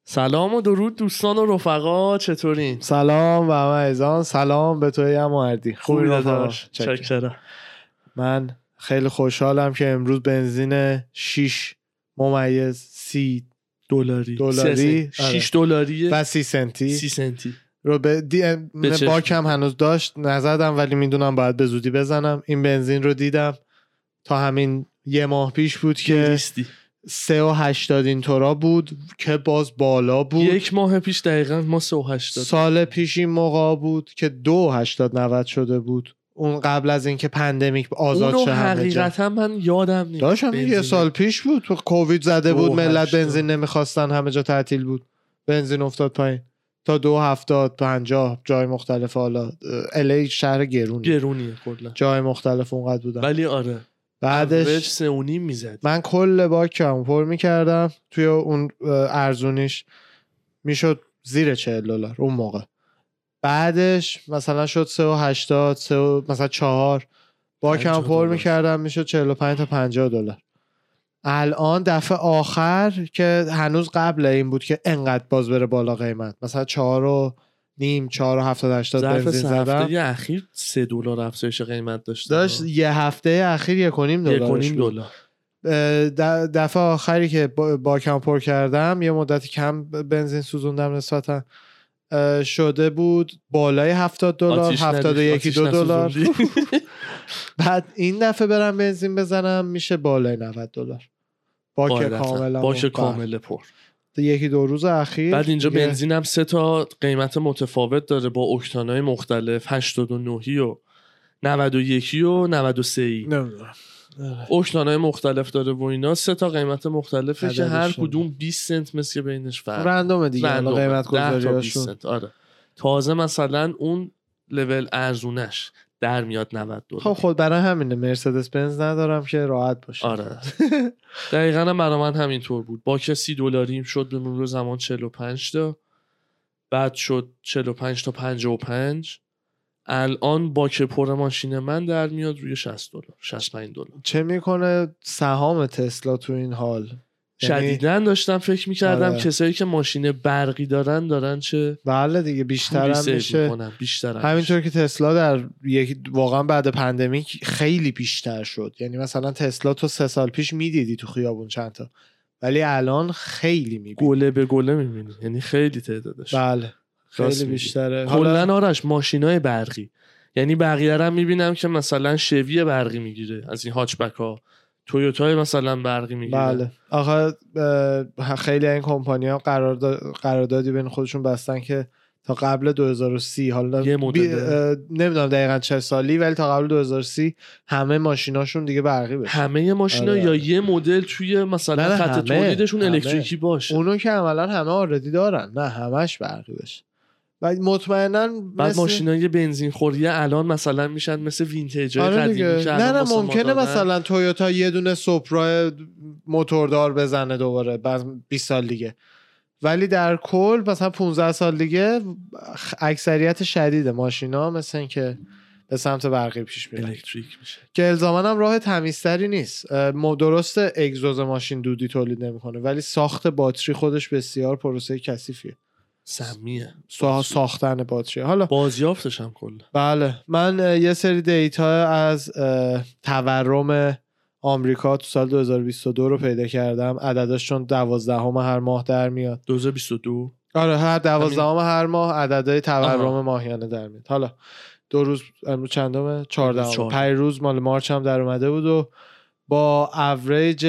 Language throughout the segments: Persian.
سلام و درود دوستان و رفقا، چطورین؟ سلام و همه عزیزان، سلام به توی مهردی. خوبی داداش؟ چکرم. من خیلی خوشحالم که امروز بنزین 6.30 دلاری 6 دلاریه و 30 سنتی رو به باکم هنوز داشت نزدم، ولی میدونم باید به زودی بزنم. این بنزین رو دیدم تا همین یه ماه پیش بود که 3.80 اینطورا بود که باز بالا بود. یک ماه پیش دقیقا ما 3.80. سال پیش این موقع بود که 2.80 شده بود، اون قبل از اینکه پندمیک آزاد شه. حقیقتا من یادم نیست داشتم یه سال پیش بود، کووید زده بود، ملت بنزین نمیخواستن، همه جا تعطیل بود، بنزین افتاد پایین تا 2.70 50 جای مختلف. حالا الی شهر گرونیه کلا، جای مختلف اونقدر بودن. ولی آره بعدش 3.5 میزد. من کل باکم پر میکردم توی اون ارزونیش میشد زیر $40 اون موقع. بعدش مثلا شد 3.80 مثلا 4 باکم پر میکردم میشد 45 تا $50. الان دفعه آخر که هنوز قبل این بود که انقدر باز بره بالا قیمت، مثلا 4.5 4.70 بنزین زدم. هفته اخیر $3 افزایش قیمت داشت یه هفته اخیر $1.5 دفعه آخری که باکم پر کردم یه مدتی کم بنزین سوزوندم نسبتا، شده بود بالای $70 71 $2. بعد این دفعه برم بنزین بزنم میشه بالای $90. باک کامل پر. یکی دو روز اخیر. بعد اینجا بنزینم 3 تا قیمت متفاوت داره با اکتانای مختلف، 89 و 91 و 93. اکتانای مختلف داره و اینا 3 تا قیمت مختلفه که هر کدوم 20 سنت مثل بینش فرق رندومه دیگه قیمت گذاریاشون. آره تازه مثلا اون لول ارزونش در میاد $90. خب برای همینه مرسدس بنز ندارم که راحت باشه. آره دقیقاً برای من همینطور بود. باک $30 شد به مرور زمان 45 تا، بعد شد 45 تا 55. الان باک پر ماشین من در میاد روی $60 $65. چه میکنه سهام تسلا تو این حال؟ شدیداً داشتم فکر میکردم کسایی که ماشین برقی دارن چه بله دیگه بیشتر هم میشه. همینطور که تسلا در واقعا بعد پندمیک خیلی بیشتر شد. یعنی مثلا تسلا تو 3 سال پیش میدیدی تو خیابون چند تا، ولی الان خیلی میبینی، گله به گله میبینی، یعنی خیلی تعدادش بله خیلی بیشتره. کلا آرش ماشینای برقی، یعنی بقیه رو میبینم که مثلا شوی برقی میگیره از این هاچبک ها، تویوتای مثلا برقی میگیره. بله آخه خیلی این کمپانی‌ها قراردادی بین خودشون بستن که تا قبل 2030 حالا نمیدونم دقیقاً چه سالی، ولی تا قبل 2030 همه ماشیناشون دیگه برقی بشه. همه ماشینا یا یه مدل توی مثلا خط تولیدشون الکتریکی باشه. اونو که عملاً همه آردی دارن، نه همش برقی بشه. و مطمئناً بعد ماشینای بنزین خوریه الان مثلا میشن مثل وینتیجای قدیمی که نه ممکنه مثلا تویوتا یه دونه سوپرا موتوردار بزنه دوباره بعد 20 سال دیگه، ولی در کل مثلا 15 سال دیگه اکثریت شدید ماشینا مثل این که به سمت برقی پیش میرن، الکتریک میشه که الزاماً هم راه تمیزتری نیست. درسته اگزوز ماشین دودی تولید نمیکنه، ولی ساخت باتری خودش بسیار پروسه کثیفیه، سمیه ساختن باتری. حالا بازیافتش هم کلا. بله من یه سری دیتا از تورم آمریکا تو سال 2022 رو پیدا کردم. عدداش چون 12 هر ماه در میاد. 2022 آره هر 12 هر ماه عددهای تورم ماهیانه در میاد. حالا 2 روز امروز چندمه؟ 14. 5 روز مال مارچ هم در اومده بود و با اوریج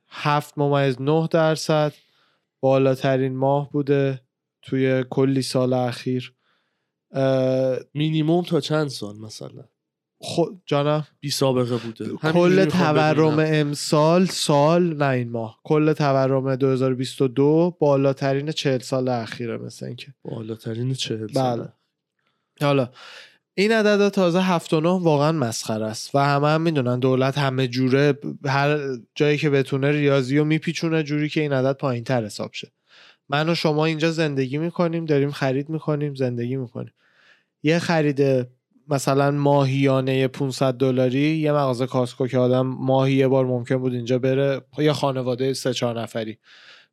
7.9% بالاترین ماه بوده توی کلی سال اخیر. مینیمم تا چند سال مثلا؟ جانم بی سابقه بوده. کل تورم امسال نه این ماه، کل تورم 2022 بالاترین 40 سال اخیره، مثل اینکه بالاترین 40 سال. بله. حالا این عدد تازه 7.9 واقعا مسخره است و همه میدونن دولت همه جوره هر جایی که بتونه ریاضیو میپیچونه جوری که این عدد پایین تر حساب شه. من و شما اینجا زندگی میکنیم، داریم خرید میکنیم، زندگی میکنیم. یه خرید مثلا ماهیانه $500 یه مغازه کاسکو که آدم ماهی یه بار ممکن بود اینجا بره، یا خانواده 3-4 نفری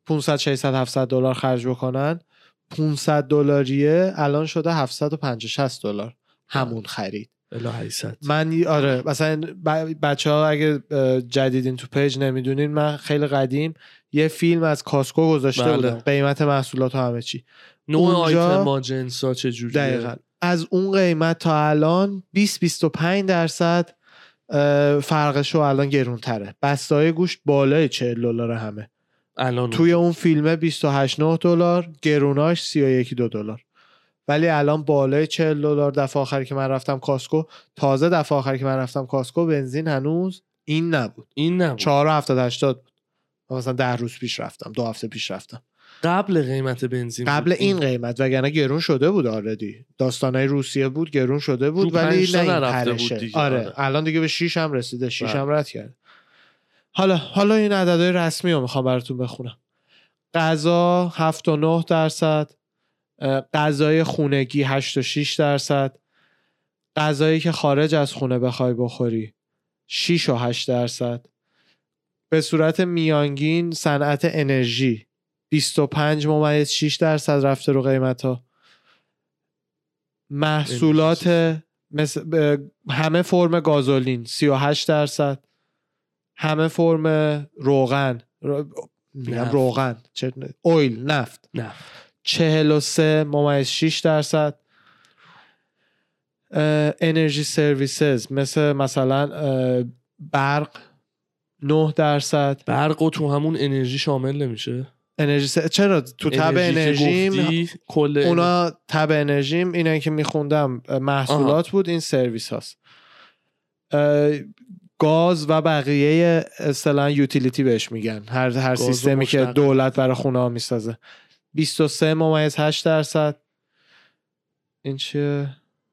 500 600 700 دلار خرج بکنن، 500 دلاریه الان شده 750 60 دلار همون خرید. الا 800. من آره مثلا بچه‌ها اگه جدیدین تو پیج نمیدونین، من خیلی قدیم یه فیلم از کاسکو گذاشته بودم، قیمت محصولات و همه چی، نوع آیتم ها، جنسا چجوریه. دقیقاً از اون قیمت تا الان 20-25% فرقشو الان گرونتره. بسته‌های گوشت بالای 40 دلار همه الان توی اون فیلمه 28 9 دلار، گروناش 31 2 دلار، ولی الان بالای 40 دلار. دفعه آخری که من رفتم کاسکو، تازه دفعه آخری که من رفتم کاسکو بنزین هنوز این نبود 4.70 80 بود. مثلا 10 روز پیش رفتم، 2 هفته پیش رفتم، قبل قیمت بنزین قبل بود این قیمت، وگرنه گرون شده بود آردی. داستانای روسیه بود گرون شده بود، ولی نه این پرشه. آره الان دیگه به 6 هم رسیده، 6 هم رد کرد. حالا این عددهای رسمی رو میخوام براتون بخونم. غذا 7.9%، غذای خونگی 8.6%، غذایی که خارج از خونه بخوای بخوری 6.8%. به صورت میانگین صنعت انرژی 25.6% رفته رو قیمت ها. محصولات مثل همه فرم گازولین 38%، همه فرم روغن اویل نفت 43.6%. انرژی سرویسز مثلا برق 9%. برق تو همون انرژی شامل نمیشه؟ چرا تو تب انرژیم اونا تب انرژیم اینه که میخوندم محصولات بود، این سرویس هاست. گاز و بقیه اصطلاحاً یوتیلیتی بهش میگن، هر سیستمی که دولت برای خونه ها میسازه 23.8%. این چیه؟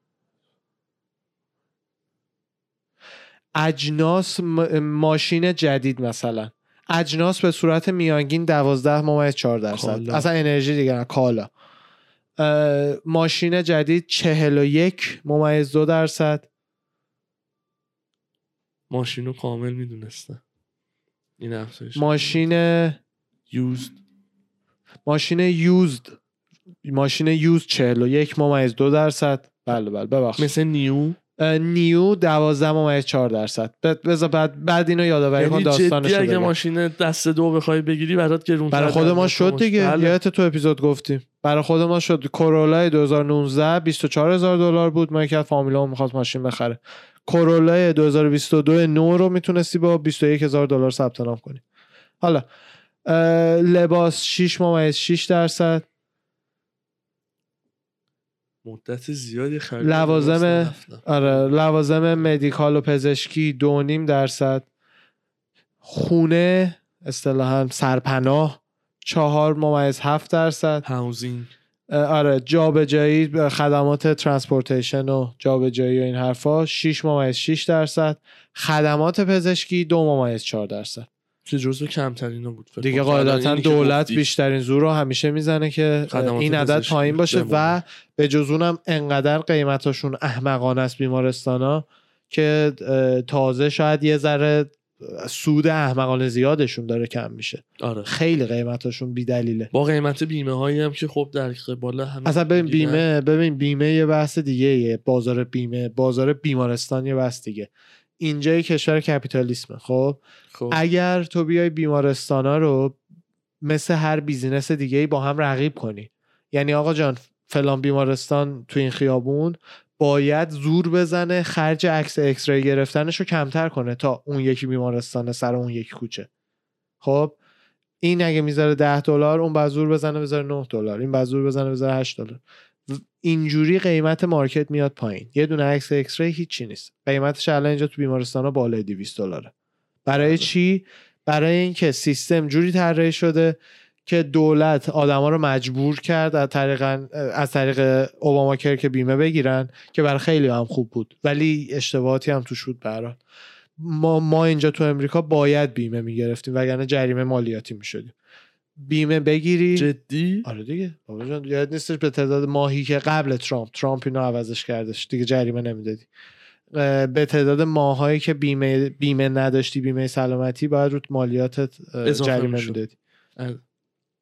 اجناس ماشین جدید، مثلا اجناس به صورت میانگین 12.4%. اصلا انرژی دیگه نه، کالا. ماشین جدید 41.2%. ماشینو کامل میدونسته این افزایش. ماشین یوزد 41.2%. بله ببخشید. مثل نیو 12.4%. بذار بعد اینو یادآوری کن داستانش رو. اگه ماشین دست دو بخوای بگیری برات گرونتر. برای خود ما شد دیگه، یادت تو اپیزود گفتیم برای خود ما شد. کورولای 2019 24,000 دلار بود، ما که فامیلامون می‌خواست ماشین بخره. کورولای 2022 نو رو میتونستی با 21,000 دلار ثبت نام کنی. حالا لباس 6.6%. مدت زیادی خرید. لوازم مدیکال و پزشکی 2.5%. خونه اصطلاحاً سرپناه 4.7%. هاوزینگ جابجایی، خدمات ترانسپورتیشن و جابجایی و این حرفا 6.6%. خدمات پزشکی 2.4%. که جزو کمترینا بود دیگه. قاعدتا دولت بیشترین زور رو همیشه میزنه که این عدد پایین باشه و به جز اونم انقدر قیمتاشون احمقانه است بیمارستانا که تازه شاید یه ذره سود احمقانه زیادشون داره کم میشه. آره. خیلی قیمتاشون بی دلیله. با قیمت بیمه هایی هم که خب در قبال همه اصلا ببین بیمه یه بحث دیگه، بازار بیمارستان یه بحث دیگه. اینجا کشور کپیتالیسمه. خب اگر تو بیای بیمارستانا رو مثل هر بیزینس دیگه‌ای با هم رقیب کنی، یعنی آقا جان فلان بیمارستان تو این خیابون باید زور بزنه خرج عکس اکسری گرفتنش رو کمتر کنه تا اون یکی بیمارستان سر اون یکی کوچه. خب این اگه میذاره 10 دلار، اون باید زور بزنه بذاره 9 دلار، این باید زور بزنه بذاره 8 دلار. اینجوری قیمت مارکت میاد پایین. یه دونه عکس اکسری هیچی نیست، قیمتش الان اینجا تو بیمارستانا بالای 200 دلاره. برای چی؟ برای اینکه سیستم جوری طراحی شده که دولت آدما رو مجبور کرد از طریق اوباما کر که بیمه بگیرن، که برای خیلی هم خوب بود ولی اشتباهاتی هم توش بود. برای ما اینجا تو امریکا باید بیمه میگرفتیم وگرنه جریمه مالیاتی میشدیم. بیمه بگیری. جدی؟ آره دیگه بابا جان، یاد نیستش به تعداد ماهی که قبل ترامپ اینو عوضش کردش دیگه جریمه نمیدادی. به تعداد ماهایی که بیمه نداشتی، بیمه سلامتی، باید رو مالیاتت جریمه میدادی.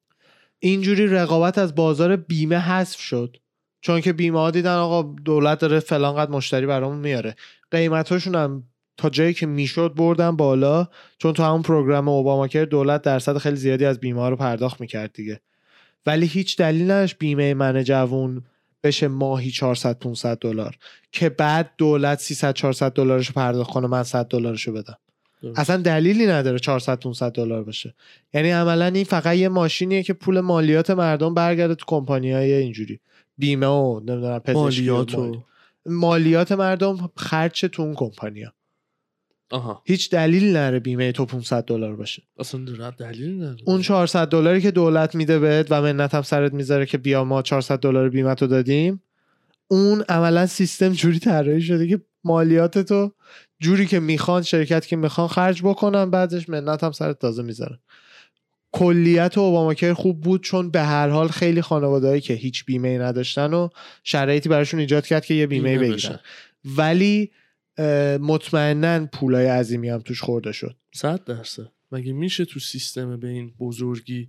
اینجوری رقابت از بازار بیمه حذف شد، چون که بیمه ها دیدن آقا دولت داره فلان قد مشتری برامون میاره، قیمتاشون هم تا جایی که میشد بردن بالا، چون تو همون پروگرام اوباماکر دولت درصد خیلی زیادی از بیمه ها رو پرداخت میکرد دیگه. ولی هیچ دلیل نداشت بیمه من جوون بشه ماهی 400-500 دلار که بعد دولت 300-400 دلارشو پرداخت کنه من 100 دلارشو بدم. اصلا دلیلی نداره 400-500 دلار بشه. یعنی عملا این فقط یه ماشینیه که پول مالیات مردم برگرده تو کمپانی‌های اینجوری بیمه و نمیدونم پزشکی مالیات مردم خرج تو اون کمپانی‌ها. هیچ دلیل نداره بیمه تو 500 دلار باشه. اصلا دلیل نداره. اون 400 دلاری که دولت میده بهت و منت هم سرت میذاره که بیا ما 400 دلار بیمه تو دادیم، اون عملا سیستم جوری طراحی شده که مالیات تو جوری که میخوان شرکت که میخوان خرج بکنن، بعدش منت هم سرت تازه میذارن. کلیت اوباماکر خوب بود چون به هر حال خیلی خانوادهایی که هیچ بیمه‌ای نداشتن و شرایطی براشون ایجاد کرد که یه بیمه بگیرن، ولی مطمئناً پولای عظیمی هم توش خورده شد. 100%. مگه میشه تو سیستم به این بزرگی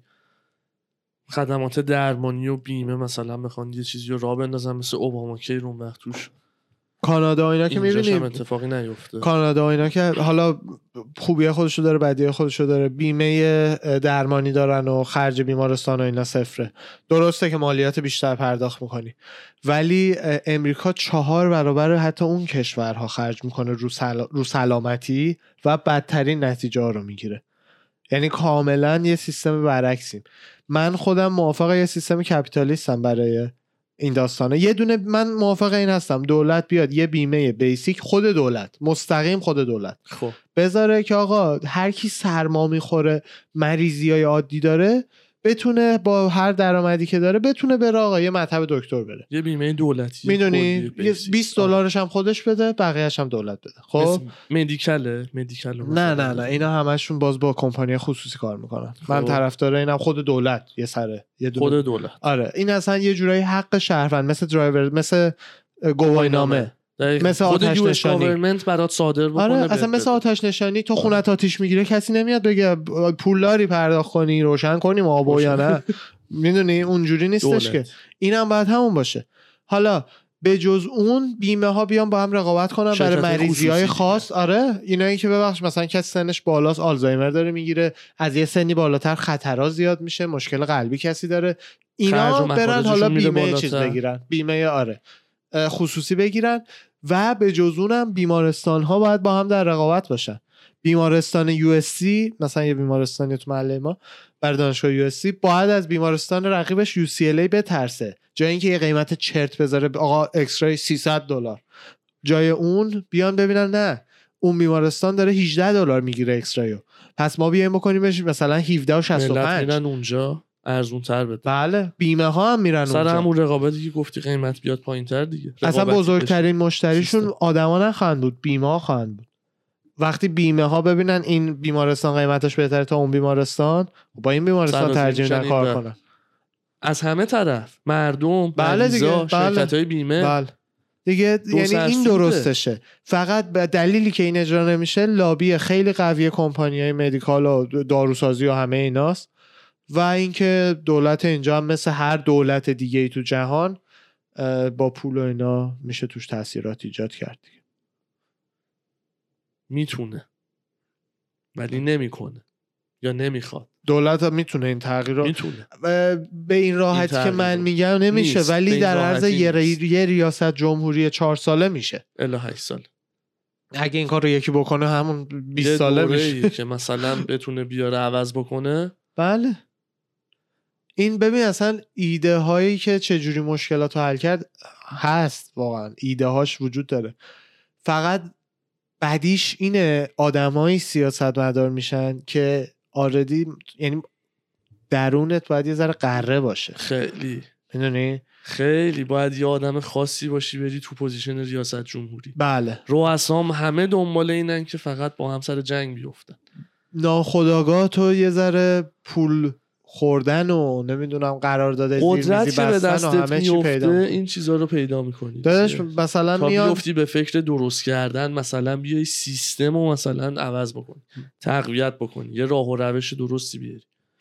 خدمات درمانی و بیمه مثلا بخوان یه چیزی رو راه بندازن مثل اوباماکر اون وقت توش کانادا اینا که میبینیم اتفاقی نیفته. کانادا اینا که حالا خوبی خودشو داره بدی خودشو داره، بیمه درمانی دارن و خرج بیمارستان و اینا صفره. درسته که مالیات بیشتر پرداخت میکنی، ولی امریکا 4 برابر حتی اون کشورها خرج میکنه رو سلامتی و بدترین نتیجه ها رو میگیره. یعنی کاملا یه سیستم برعکسیم. من خودم موافق یه سیستم کپیتالیستم برای این داستانه. یه دونه من موافق این هستم دولت بیاد یه بیمه بیسیک خود دولت مستقیم خود دولت خب بذاره که آقا هر کی سرما میخوره مریضیای عادی داره بتونه با هر درآمدی که داره بتونه بره آقا یه مطب دکتر بره. یه بیمه دولتی میدونی 20 دلارش هم خودش بده بقیه‌اش هم دولت بده. خب مدیکال نه اینا همشون باز با کمپانی خصوصی کار میکنن. من طرفدار اینم خود دولت یه سره خود دولت. آره این اصلا یه جورایی حق شهروند مثل درایور مثل گواهینامه مثل آتش نشانی برات صادر بکنه. آره اصلا مثل آتش نشانی تو خونت آتش میگیره کسی نمیاد بگه پولداری پرداخت کنی روشن کنیم آبو یا نه. میدونی اونجوری نیستش که اینم باید همون باشه. حالا به جز اون بیمه ها بیان با هم رقابت کنن برای مریضی های خاص. آره اینایی که ببخش مثلا کسی سنش بالاست آلزایمر داره میگیره، از یه سنی بالاتر خطرها زیاد میشه، مشکل قلبی کسی داره، اینا برن حالا بیمه چیز بگیرن، بیمه آره خصوصی بگیرن. و به جز اونم بیمارستان ها باید با هم در رقابت باشن. بیمارستان USC مثلا یه بیمارستانی تو محله ما برای دانشگاه USC باید از بیمارستان رقیبش UCLA بترسه، جای اینکه یه قیمت چرت بذاره آقا اکسرای 300 دلار، جای اون بیان ببینن نه اون بیمارستان داره 18 دلار میگیره اکسرایو، پس ما بیایم بکنیم بهش مثلا 17 و 65. ملت میرن اونجا ارزون تر بده. بله بیمه ها هم میرن اونجا سر همون رقابتی که گفتی قیمت بیاد پایین تر دیگه. اصلا بزرگترین مشتریشون آدما نخواهند بود، بیمه ها خواهند بود. وقتی بیمه ها ببینن این بیمارستان قیمتش بهتره تا اون بیمارستان، با این بیمارستان ترجیح میدن کار کنن. از همه طرف مردم، بله دیگه، شرکت‌های بیمه، بله دیگه. یعنی این درستشه. فقط به دلیلی که این اجرا نمیشه لابی خیلی قوی کمپانی‌های مدیکال و داروسازی و همه ایناست و اینکه دولت اینجا هم مثل هر دولت دیگه ای تو جهان با پول و اینا میشه توش تاثیرات ایجاد کرد دیگه. میتونه ولی نمیکنه یا نمیخواد. دولت میتونه این تغییر رو میتونه به این راحتی که من میگم نمیشه نیست. ولی در عرض یه ریاست جمهوری 4 ساله میشه الی 8 سال. اگه این کار رو یکی بکنه همون 20 ساله میشه که مثلا بتونه بیاره عوض بکنه. بله این ببین اصلا ایده هایی که چجوری مشکلات رو حل کرد هست، واقعا ایده هاش وجود داره، فقط بعدیش اینه آدمای سیاستمدار میشن که آردی یعنی درونت باید یه ذره قره باشه. خیلی میدونی خیلی باید یه آدم خاصی باشی بری تو پوزیشن ریاست جمهوری. بله رؤسام همه دنبال اینن که فقط با هم سر جنگ بیفتن. ناخودآگاه تو یه ذره پول خوردن و نمیدونم قرارداد قدرت که به دستت میفته این چیزا رو پیدا میکنی داداش. مثلا میافتی به فکر درست کردن، مثلا بیای سیستم رو مثلا عوض بکنی، تقویت بکنی، یه راه و روش درستی بیاری.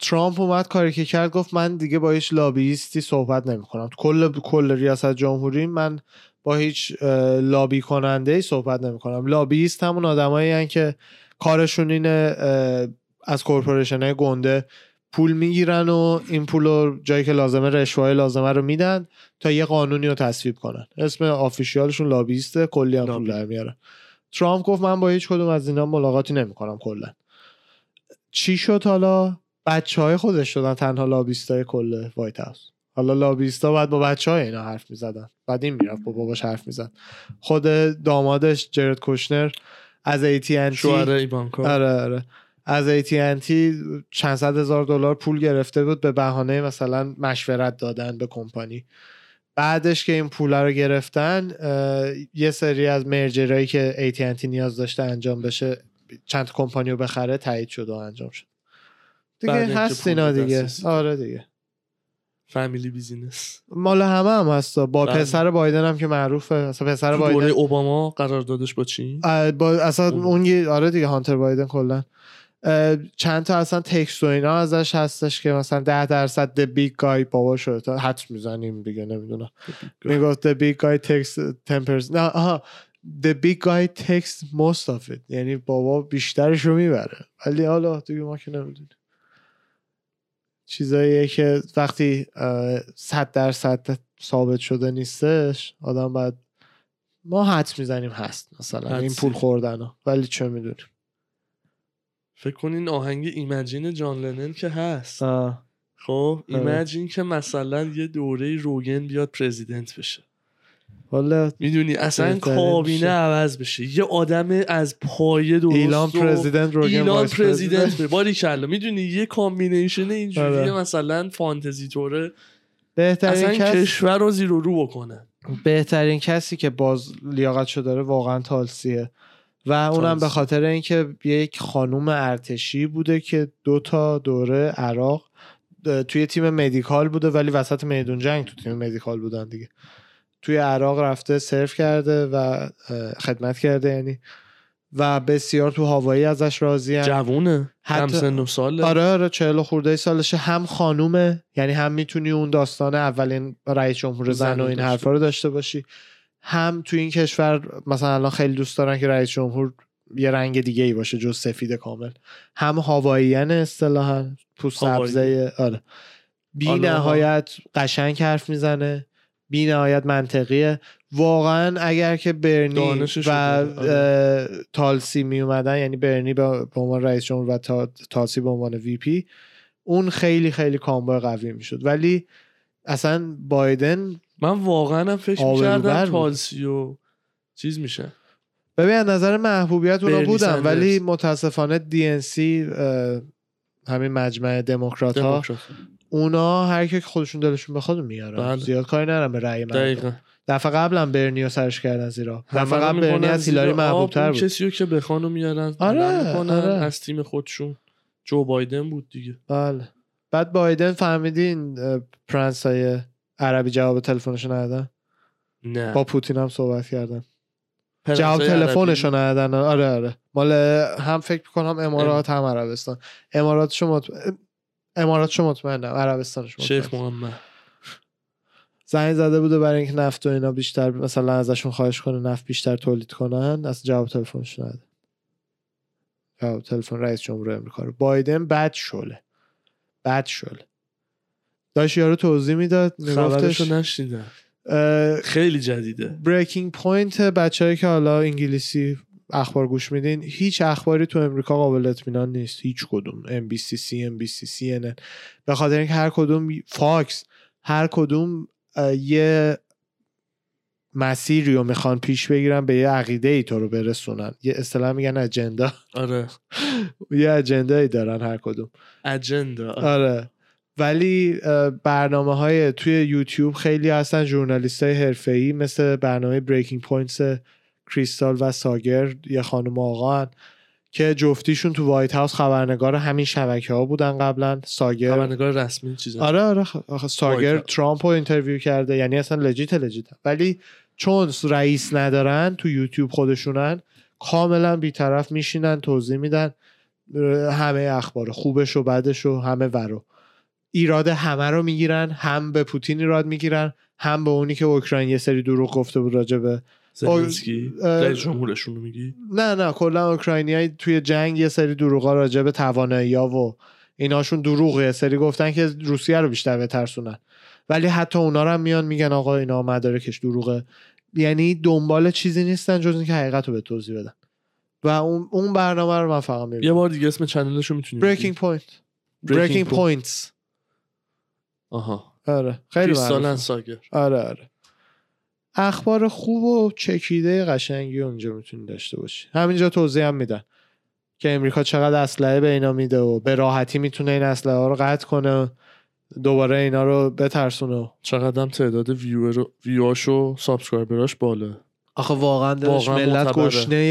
ترامپ اومد کاری که کرد، گفت من دیگه با هیچ لابیستی صحبت نمی‌کنم. کل ریاست جمهوری من با هیچ لابی کننده‌ای صحبت نمی‌کنم. لابیست همون آدمایی هستن که کارشون اینه از کورپوریشن‌های گنده پول میگیرن و این پول رو جایی که لازمه، رشوه‌های لازمه رو میدن تا یه قانونی رو تصویب کنن. اسم آفیشیالشون لابیسته، کلی هم پول در میارن. ترامپ گفت من با هیچ کدوم از اینا ملاقاتی نمی‌کنم. کلا چی شد؟ حالا بچهای خودش شدن تنها لابیستای کل وایت هاوس. حالا لابیستا بعد با بچهای اینا حرف می‌زدن، بعد این میرفت با باباش حرف می‌زد. خود دامادش جرد کوشنر از AT&T، شوهر ایوانکا، آره از AT&T چند صد هزار دلار پول گرفته بود به بهانه مثلا مشورت دادن به کمپانی. بعدش که این پول رو گرفتن، یه سری از مرجرایی که AT&T نیاز داشته انجام بشه، چند کمپانی رو بخره، تایید شد و انجام شد دیگه. هست اینا دیگه. آره دیگه، فامیلی بیزینس مال هم هستا. با پسر بایدن هم که معروفه، اصلا پسر بایدن دوره اوباما قرار دادش با چی؟ اصلا اون آره دیگه، هانتر بایدن. کلا چند تا اصلا تکست و اینا ازش هستش که مثلا 10% the big guy بابا شد. حدس میزنیم دیگه، نمیدونم. میگفت the big guy takes 10%. نه آها، the big guy takes most of it، یعنی بابا بیشترش رو میبره. ولی حالا دیگه ما که نمیدونیم، چیزاییه که وقتی 100% ثابت شده نیستش، آدم باید، ما حدس میزنیم هست مثلا این پول خوردن ها، ولی چه میدونیم. فکر کنین آهنگ ایمجین جان لنن که هست، خب ایمجین که مثلا یه دوره روگن بیاد پرزیدنت بشه، والا میدونی اصلا کابینه عوض بشه، یه آدم از پایه درست، ایلان پرزیدنت، روگن ایلان پرزیدنت، باریکلا. میدونی یه کامبینیشن اینجوریه مثلا فانتزی طوره، بهترین اصلا کشور رو زیر و رو بکنه. بهترین کسی که باز لیاقتشو داره واقعا تالسیه، و اونم به خاطر اینکه یک خانوم ارتشی بوده که 2 تا دوره عراق توی تیم مدیکال بوده، ولی وسط میدون جنگ تو تیم مدیکال بودن دیگه. توی عراق رفته سرو کرده و خدمت کرده یعنی، و بسیار تو هوایی ازش راضی‌ان. جوونه، هم سن و ساله. آره 40 خورده سالشه. هم خانومه، یعنی هم میتونی اون داستان اولین رئیس جمهور زن و این حرفا رو داشته باشی. هم تو این کشور مثلا الان خیلی دوست دارن که رئیس جمهور یه رنگ دیگه ای باشه جز سفید کامل. هم هواییان اصطلاحاً، پوست سبزه. آره بی نهایت قشنگ حرف میزنه، بی نهایت منطقیه. واقعا اگر که برنی و تالسی می اومدن، یعنی برنی به عنوان رئیس جمهور و تالسی به عنوان وی پی، اون خیلی خیلی کامبو قوی میشد. ولی اصلا بایدن، من واقعا فکر می‌کردم تالسی و چیز میشه. ببین از نظر محبوبیت اونا بودن، ولی متاسفانه DNC، همین مجمع دموکرات ها، اونا هر کی که خودشون دلشون بخواد میارن. زیاد کاری ندارن به رأی مردم. دفعه قبلم برنیو سرش کردن زیرا. دفعه قبل برنی از هیلاری محبوب‌تر بود. کسیو که بخوانو میارن، آره از تیم خودشون. جو بایدن بود دیگه. بله. بعد بایدن فهمیدین پرنسای عربی جواب تلفنشو ندادن؟ نه. با پوتین هم صحبت کردن. جواب تلفنشو ندادن. آره مال هم فکر می‌کنم امارات هم عربستان. اماراتشو مطمئنم، عربستانش مطمئنم. شیخ محمد زنگ زده بوده برای اینکه نفت و اینا بیشتر، مثلا ازشون خواهش کنه نفت بیشتر تولید کنن، از جواب تلفنش نده. جواب تلفن رئیس جمهور آمریکا رو. بایدن بد شله داشت یارو توضیح میداد، خبرشو نشنیدم، خیلی جدیده. بریکینگ پوینت، بچه‌ای که حالا انگلیسی اخبار گوش میدین، هیچ اخباری تو امریکا قابل اطمینان نیست، هیچ کدوم. NBC CNN، به خاطر اینکه هر کدوم، فاکس، هر کدوم یه مسیری رو میخوان پیش بگیرن، به یه عقیده ای تو رو برسونن. یه اصطلاح میگن اجندا. آره یه اجندایی دارن هر کدوم. اجندا. آره. ولی برنامه‌های توی یوتیوب خیلی هستن، ژورنالیستای حرفه‌ای، مثل برنامه بریکینگ پوینتس کریستال و ساگر، یه خانم آقا که جفتیشون تو وایت هاوس خبرنگار همین شبکه‌ها بودن قبلا. ساگر خبرنگار رسمی چیزا. آره ساگر ترامپ رو اینترویو کرده، یعنی اصلا لجیت. ولی چون رئیس ندارن تو یوتیوب خودشونن، کاملا بی‌طرف میشینن توضیح میدن. همه اخبار خوبش و بدش و همه ورو ایراد همه رو میگیرن، هم به پوتین ایراد میگیرن، هم به اونی که اوکراین یه سری دروغ گفته بود راجع به زلنسکی رئیس جمهورشون رو میگی؟ نه کلا اوکراینیای توی جنگ یه سری دروغا راجع به توانایی‌ها و ایناشون دروغه، یه سری گفتن که روسیه رو بیشتر بترسونن، ولی حتی اونا رو هم میان میگن آقا اینا مدارکش دروغه. یعنی دنبال چیزی نیستن جز اینکه حقیقت رو به توضیح بدن و اون برنامه رو من فقط میبینم. یه بار دیگه اسم چنلش رو میتونی بریکینگ پوینت. بریکینگ پوینتس. آها آره خیلی سالن ساگر. آره اخبار خوب و چکیده قشنگی اونجا میتونی داشته باشی. همینجا توضیح هم میدن که امریکا چقدر اسلحه به اینا میده و به راحتی میتونه این اسلحه ها رو قطع کنه، دوباره اینا رو بترسونه. چقدر هم تعداد ویواش و سابسکرایبراش بالا. آخه واقعا ملت گشنه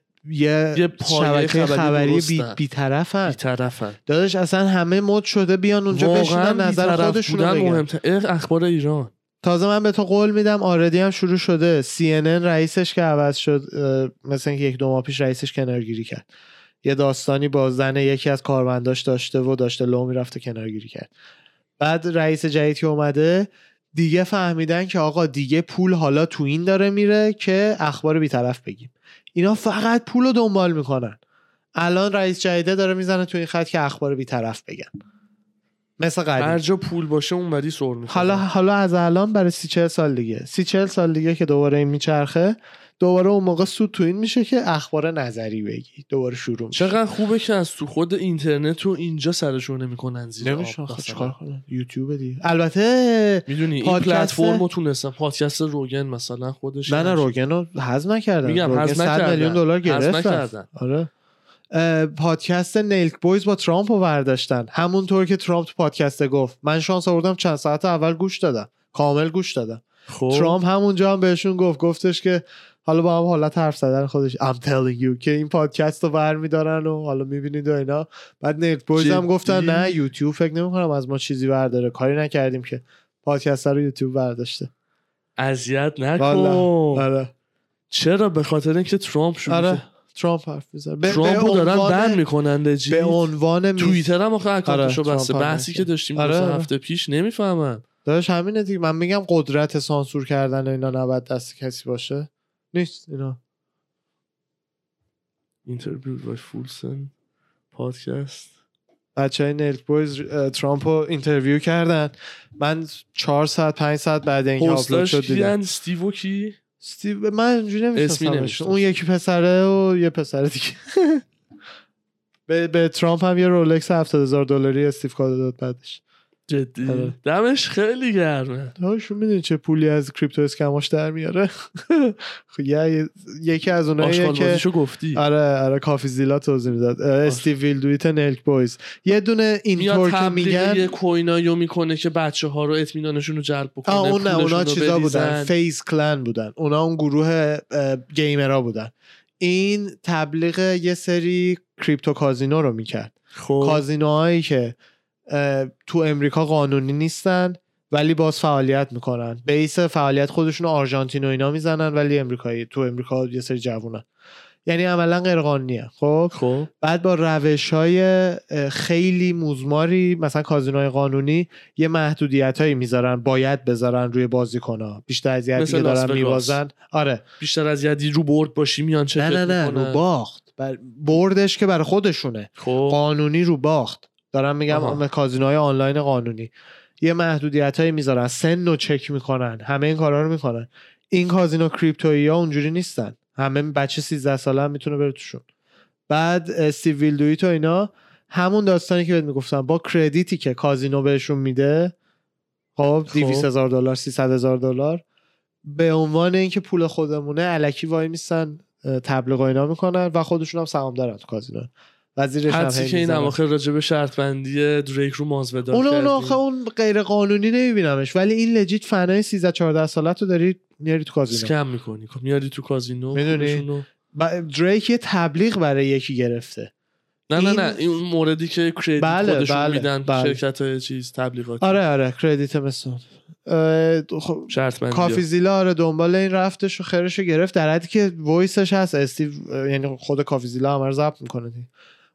یه شبکه خبری بی‌طرفن. داداش اصلا همه مد شده بیان اونجا بشینن نظر خودشون رو بگن. اخبار ایران تازه من به تو قول میدم آردی هم شروع شده. CNN رئیسش که عوض شد، مثلا اینکه 1-2 ماه پیش رئیسش کنارگیری کرد، یه داستانی با زن یکی از کارمنداش داشته لو میرفته کنارگیری کرد. بعد رئیس جدید که اومده دیگه فهمیدن که آقا دیگه پول حالا تو این داره میره که اخبار بی‌طرف بگیم. اینا فقط پول رو دنبال میکنن. الان رئیس جدیده داره میزنه تو این خط که اخبار بی‌طرف بگن. مثل قدیم هر جا پول باشه اونوری سر میکنه. حالا از الان برای 30-40 سال دیگه که دوباره این میچرخه، دوباره اون موقع سود تو این میشه که اخبار نظری بگی، دوباره شروع میشه. چقدر خوبه که از تو خود اینترنت و اینجا سرشون نمیکنن زیر نمیشه. چیکار کنن؟ یوتیوب دیگه. البته میدونی این پلتفرمو تونستن پادکست روگن مثلا خودش نه روگن رو حذف نکردن. میگم حذف نکردن. 100 میلیون دلار گرفتن. آره پادکست نیلک بویز با ترامپ رو برداشتن، همونطور که ترامپ تو پادکست گفت. من شانس آوردم چند ساعت اول گوش دادم، کامل گوش دادم. ترامپ همونجا هم بهشون گفتش که حالا با هم حالت حرف زدن خودش I'm telling you که این پادکست رو برمیدارن و حالا میبینید و اینا. بعد نیلک بویز هم گفتن نه یوتیوب فکر نمی‌کنم از ما چیزی برداره، کاری نکردیم که پادکست رو یوتیوب برداشته. اذیت نکن. آره چرا؟ به خاطر اینکه ترامپ شروع ترامپ حرف میزنه. ترامپو دارن بند میکنن لجی. به عنوان توییتر هم آخه اکانتشو بسته. بحثی که داشتیم 2 هفته پیش نمیفهمم. داداش همینه دیگه. من میگم قدرت سانسور کردن اینا نباید دست کسی باشه. نیست اینا. اینترویو با فولسن پادکست. بچهای نیلک بویز ترامپو اینترویو کردن. من 4 ساعت 5 ساعت بعد اینکه آپلود شد دیدم. استیو کی؟ استیو من اینجوری نمی‌شناسم. اون یکی پسره و یه پسر دیگه. به ترامپ هم یه رولکس $70,000 استیو کادو داد بعدش. جدی دمش خیلی گرمه. شما میدونی چه پولی از کریپتو اسکماش در میاره؟ یکی از اوناییه که گفتی. آره کافی زیلا توضیح میداد. استیو ویلدویت نیلک بویز یه دونه اینطور که میگن یه کوینایو میکنه که بچه‌ها رو اطمینانشون رو جلب بکنه. اونا چیزا بودن، فیز کلن بودن، اونا اون گروه گیمرها بودن. این تبلیغ یه سری کریپتو کازینو رو میکرد. کازینوهایی که تو امریکا قانونی نیستن ولی باز فعالیت میکنن. بیس فعالیت خودشون آرژانتین و اینا میزنن ولی امریکایی، تو امریکا یه سری جوونن، یعنی عملا غیر قانونیه. خب بعد با روش‌های خیلی موزماری، مثلا کازینوهای قانونی یه محدودیتایی میذارن، باید بذارن روی بازیکن‌ها. بیشتر از یه دیگه دارن میبازن. آره بیشتر از یه رو برد باشی میان چک میکنن. نه رو باخت. بردش که برای خودشونه. قانونی رو باخت دارم میگم. کازینوهای آنلاین قانونی یه محدودیتایی میذارن، سن رو چک میکنن، همه این کارا رو میکنن. این کازینو کریپتویی ها اونجوری نیستن، همه بچه 13 ساله هم میتونه بره توشون. بعد استیو ویلدویت و اینا همون داستانی که بهت میگفتم، با کردیتی که کازینو بهشون میده، خب $200,000 $300,000 به عنوان اینکه پول خودمونه الکی وای میسن تبلیغ و اینا میکنن و خودشون هم سهام دارن تو کازینو. وزیرش حدسی که این اواخر راجع به شرط بندی دریک رو مازودار کردیم. اون آخه اون غیر قانونی نمیبینمش، ولی این لجیت فنای 13-14 سالت رو داری میاری تو کازینو، اسکم میکنی، میاری تو کازینو. میدونی دریک یه تبلیغ برای یکی گرفته. نه این موردی که کردیت خودشون میدن شرکت‌های چیز تبلیغاتی. آره کردیت مثلا شرط بندی. کافی زیلا آره دنبال این رفتش و خیرش گرفت، در حدی که وایسش هست استیو، یعنی خود کافی زیلا هم رو ضبط میکنه.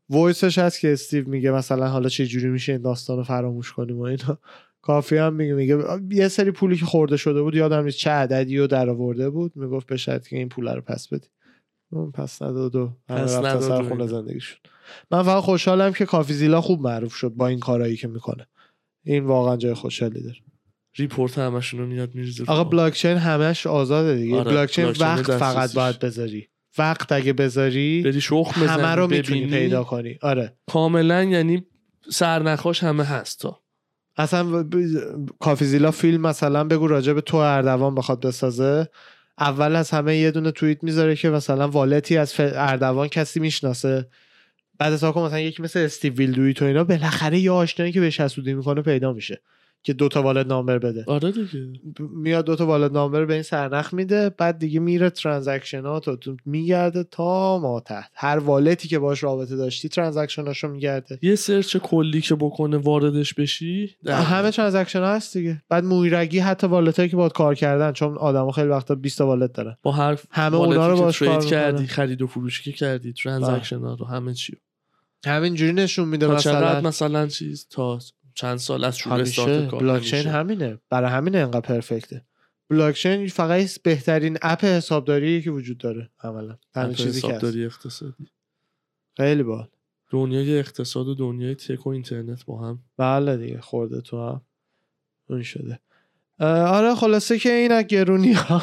وایسش هست که استیو میگه مثلا حالا چه جوری میشه این داستانو فراموش کنیم و اینا. کافی هم میگه یه سری پولی که خورده شده بود یادم نیست چه عددی رو درآورده بود، میگفت به شرطی که این پول رو پس بدی. پس نداد و رفت سر خونه زندگیشون. من فقط خوشحالم که کافی زیلا خوب معروف شد با این کارهایی که میکنه. این واقعا جای خوشحالی داره. ریپورت همشون رو میاد میریزه. آقا بلاکچین همش آزاده دیگه. آره. بلاکچین وقت فقط باید بذاری. وقت اگه بذاری بری شخم بزنی همه رو میتونی پیدا کنی. آره کاملا، یعنی سرنخاش همه هست. تا اصلا کافی زیلا فیلم مثلا بگو راجع به تو اردوان بخواد بسازه، اول از همه یه دونه توییت میذاره که مثلا والتی از اردوان کسی میشناسه، بعد از مثلا یکی مثل استیو ویلدوی تو اینا بالاخره یه آشنایی که بهش حسودی میکنه پیدا میشه که 2 تا والت نامبر بده. آره دیگه میاد 2 تا والت نامبر به این سرنخ میده، بعد دیگه میره ترانزکشنات رو میگرده تا ما تحت. هر والتی که باش رابطه داشتی ترانزکشناشو میگرده. یه سرچ کلی که بکنه واردش بشی همه ترانزکشن ها هست دیگه. بعد مویرگی حتی والتایی که باهات کار کردن، چون آدما خیلی وقتا 20 تا والت دارن، با هر همه اونا رو باش کار کردی، خرید و فروشی که کردی، ترانزکشن ها رو همه چی همین جوری نشون میده. مثلا چیز تا چند سال از شروع استارت کار. بلاکچین همینه، برای همینه انقدر پرفکته. بلاکچین فقط بهترین اپ حسابداری که وجود داره عملا. همین چیزی که حسابداری اقتصادی خیلی باحال. دنیای اقتصاد و دنیای تک و اینترنت با هم. بله دیگه خورده تو هم اون شده. آره خلاصه که این گرونی ها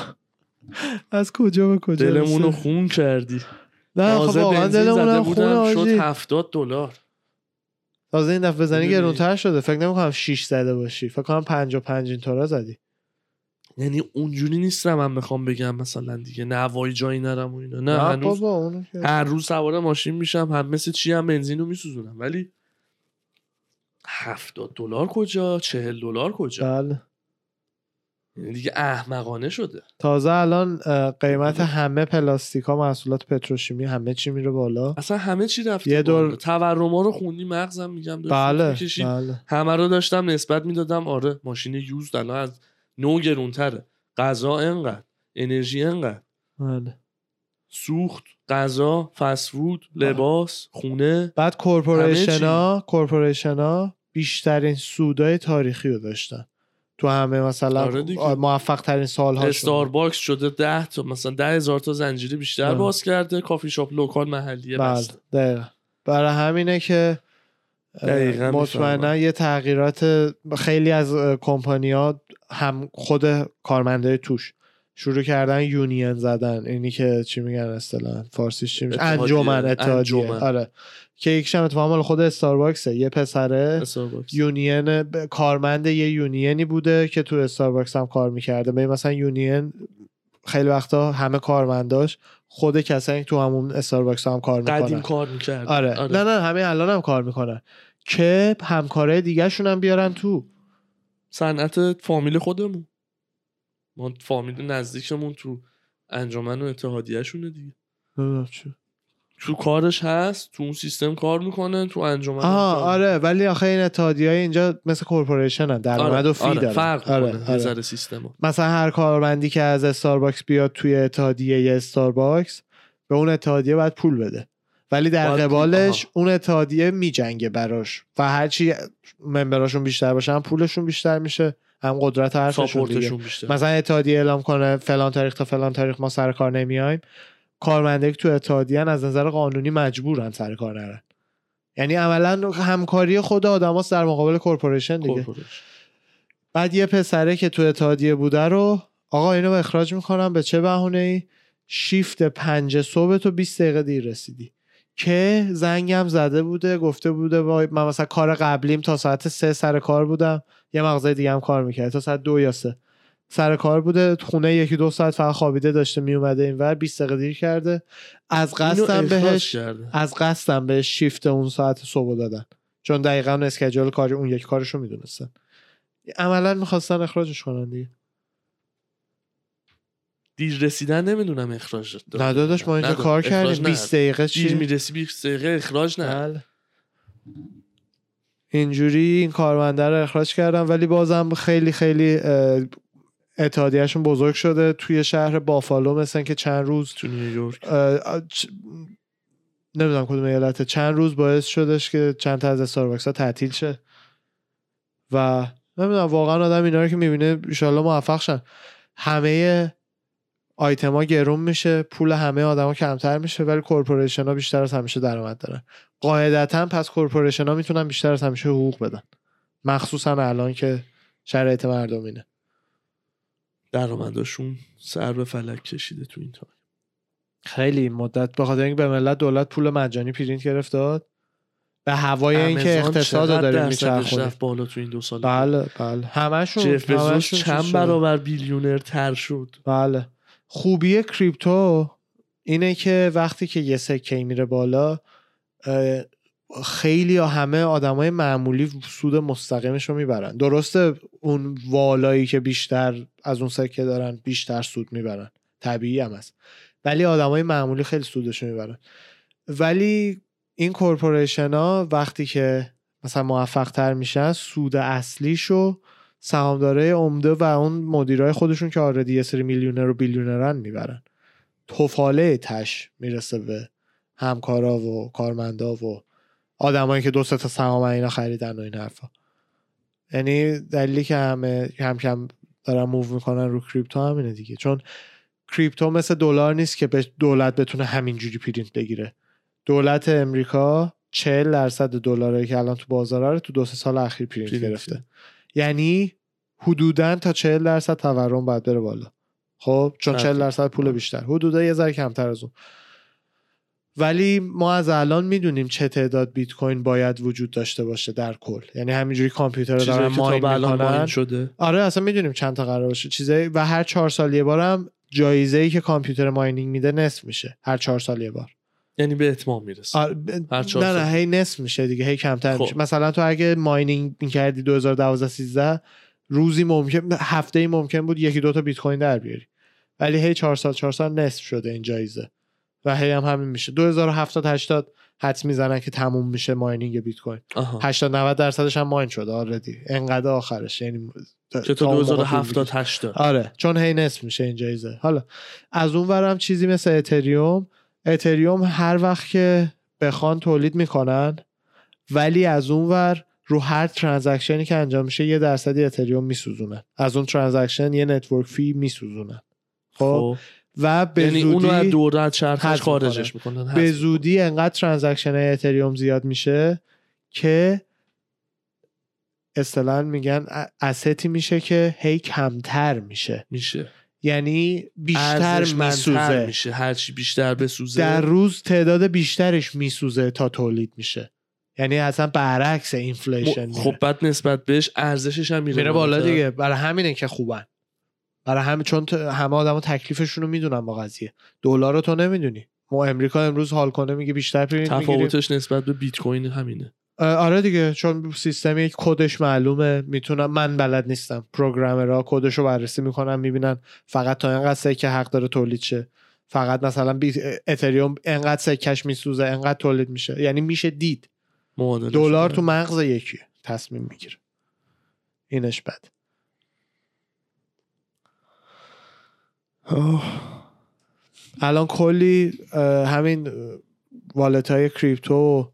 از کجا به کجا دلمونو خون کردی. نه خب واقعا دلمونو خون شد $70. تازه این دفعه بزنی گرونتر شده. فکر نمی‌کنم 6 زده باشی، فکر کنم 55 اینطورا زدی. یعنی اونجوری نیستم من بخوام بگم مثلا دیگه نوای جایی نرم و اینا. نه هنوز هر روز سوار ماشین میشم، هم مثل چی هم بنزینو میسوزونم، ولی $70 کجا، $40 کجا؟ بله یعنی دیگه احمقانه شده. تازه الان قیمت همه پلاستیکا، محصولات پتروشیمی، همه چی میره بالا. اصلا همه چی رفته یه دور تورما رو خوندی مغزم میگم بله. همه رو داشتم نسبت میدادم. آره ماشین یوزد الان از نو گرونتره، غذا انقدر، انرژی انقدر، بله. سوخت، غذا، فست فود، لباس، خونه. بعد کورپوریشنا بیشترین سودای تاریخی رو داشتن تو همه مثلا موفق ترین سال‌ها. استارباکس شده 10 تا مثلا 10,000 تا زنجیره بیشتر باز کرده، کافی شاپ لوکال محلیه بس. دقیقاً. برای همینه که مطمئنا یه تغییرات خیلی از کمپانی‌ها هم خود کارمندای توش شروع کردن یونین زدن. اینی که چی میگن اصطلاحاً فارسیش چی میشه؟ انجمن، اتحادیه. آره که یکیش هم اتفاقا خود استارباکسه. یه پسره یونین کارمند یه یونینی بوده که تو استارباکس هم کار میکرده. مثلا یونین خیلی وقتا همه کارمنداش خود کسایی که تو همون استارباکس هم کار میکنن. قدیم کار میکرد. آره. نه همه الان هم کار میکنن که همکارای دیگه شون هم بیارن تو صنعت فامیل خودمون. ما فامیل نزدیکمون تو انجمن و اتحادیه شونه دیگه. تو کارش هست، تو اون سیستم کار میکنه، تو انجمن. آره ولی آخه این اتحادیه‌های اینجا مثل کورپوریشن ان، درآمد و فی داره. فرق میکنه سیستم. مثلا هر کارمندی که از استارباکس بیاد توی اتحادیه استارباکس به اون اتحادیه باید پول بده، ولی در قبالش اون اتحادیه میجنگه براش و هرچی ممبراشون بیشتر باشن پولشون بیشتر میشه، هم قدرت حرفشون بیشتر. مثلا اتحادیه اعلام کنه فلان تاریخ تا فلان تاریخ ما سر کار نمیایم، کارمندایی که تو اتحادیه از نظر قانونی مجبورن سر کار نرن. یعنی عملا همکاری خود آدماست در مقابل کورپوریشن دیگه. بعد یه پسره که تو اتحادیه بوده رو آقا اینو اخراج میکنم. به چه بهونه‌ای؟ شیفت 5 صبح تو 20 دقیقه دیر رسیدی. که زنگم زده بوده گفته بوده من مثلا کار قبلیم تا ساعت 3 سر کار بودم، یه مغازه دیگه هم کار میکرد، تا ساعت 2 یا 3 سر کار بوده، خونه 1-2 ساعت فقط خوابیده داشته میومده اینور، 20 دقیقه دیر کرده. از قصدم بهش شیفت اون ساعت صبح دادن، چون دقیقاً اسکیجول کاری اون یک کارشو میدونستن. عملاً میخواستن اخراجش کنن دیگه. دیر رسیدن نمیدونم اخراج نه داداش ما اینجا کار کردیم 20 دقیقه چی؟ دیر میرسی 20 دقیقه اخراج نه. اینجوری این کارمنده رو اخراج کردن، ولی بازم خیلی خیلی اتحادیه‌شون بزرگ شده. توی شهر بافالو مثلا که چند روز تو نیویورک نمیدونم کدوم ایالت چند روز باعث شدش که چند تا از استارباکس ها تعطیل شه و نمیدونم واقعا آدم اینا رو که میبینه ان شاءالله موفق شن. همه آیتما گرون میشه، پول همه آدما کمتر میشه، ولی کورپوریشن ها بیشتر از همیشه درآمد دارن قاعدتا. پس کورپوریشن ها میتونن بیشتر از همیشه حقوق بدن، مخصوصا الان که شرایط مردم اینه. درآمدشون سر به فلک کشیده تو این تایم. خیلی مدت به خاطر اینکه به ملت دولت پول مجانی پرینت گرفت داد، به هوای اینکه اقتصاد داره میچرخونه بالا تو این 2 سال. بله همشون جف بزوس چند برابر بیلیونر تر شد. بله. خوبی کریپتو اینه که وقتی که یه سکه میره بالا خیلی همه آدمای معمولی سود مستقیمش رو میبرن. درسته اون والایی که بیشتر از اون سکه دارن بیشتر سود میبرن، طبیعی هم هست، ولی آدمای معمولی خیلی سودش رو میبرن. ولی این کورپوریشن ها وقتی که مثلا موفق تر میشن سود اصلیشو سهامدارای عمده و اون مدیرای خودشون که آردی یه سری میلیونر و بیلیونرن میبرن. توفاله تش میرسه به همکارا و کارمندا و آدمایی که 2-3 تا سهام اینا خریدن و این حرفا. یعنی دلیلی که همه کم کم دارن موو میکنن رو کریپتو همینه دیگه، چون کریپتو مثل دلار نیست که دولت بتونه همینجوری پرینت بگیره. دولت امریکا 40% دلاری که الان تو بازاره رو تو 2-3 سال اخیر پرینت گرفته. یعنی حدوداً تا 40% تورم باید بره بالا. خب چون 40% پول بیشتر، حدودا یه ذره کمتر از اون. ولی ما از الان میدونیم چه تعداد بیت کوین باید وجود داشته باشه در کل. یعنی همینجوری کامپیوتر رو دارن ماین شده. آره اصلا میدونیم چند تا قرار باشه چیزایی و هر 4 سال یه بارم جایزه‌ای که کامپیوتر ماینینگ میده نصف میشه هر 4 سال یه بار. یعنی به اتمام میرسه. نه هی نصف میشه دیگه، هی کمتر میشه. مثلا تو اگه ماینینگ می‌کردی 2012-13 روزی ممکن هفته‌ای ممکن بود 1-2 تا بیت کوین در بیاری، ولی هی 4 سال نصف شده این جایزه و هی هم همین میشه. 2070-80 حدس میزنن که تموم میشه ماینینگ بیت کوین. 80-90% هم ماین شده آردی انقدر آخرش، یعنی که تا 2070-80 آره چون هی نصف میشه این جایزه. حالا از اون ورم چیزی مثل اتریوم هر وقت که بخوان تولید میکنن، ولی از اون ور رو هر ترانزکشنی که انجام میشه 1% اتریوم میسوزونن، از اون ترانزکشن یه نتورک فی میسوزونن. خب و به یعنی زودی اونو از دورت چرخش خارجش میکنن. به زودی انقدر ترانزکشن اتریوم زیاد میشه که اصطلاحاً میگن استی میشه که هی کمتر میشه. یعنی بیشتر میسوزه میشه، هرچی بیشتر بسوزه در روز تعداد بیشترش میسوزه تا تولید میشه. یعنی اصلا برعکس اینفلیشن. خب بعد نسبت بهش ارزشش هم میره بالا دیگه. برای همینه که خوبن، برای همین چون همه آدما تکلیفشون رو میدونن با قضیه. دلار رو تو نمیدونی. ما امریکا امروز حال کنه میگه بیشتر پرینت میگیریم. تفاوتش نسبت به بیت کوین همینه. آره دیگه، چون سیستمی کدش معلومه، میتونم من بلد نیستم، پروگرامرها کدش رو بررسی میکنن میبینن فقط تا اینقدر سکه حق داره تولید شه، فقط مثلا اتریوم انقدر سکهش میسوزه انقدر تولید میشه، یعنی میشه دید. دلار تو مغز یکی تصمیم میگیره. اینش بد. الان کلی همین والت های کریپتو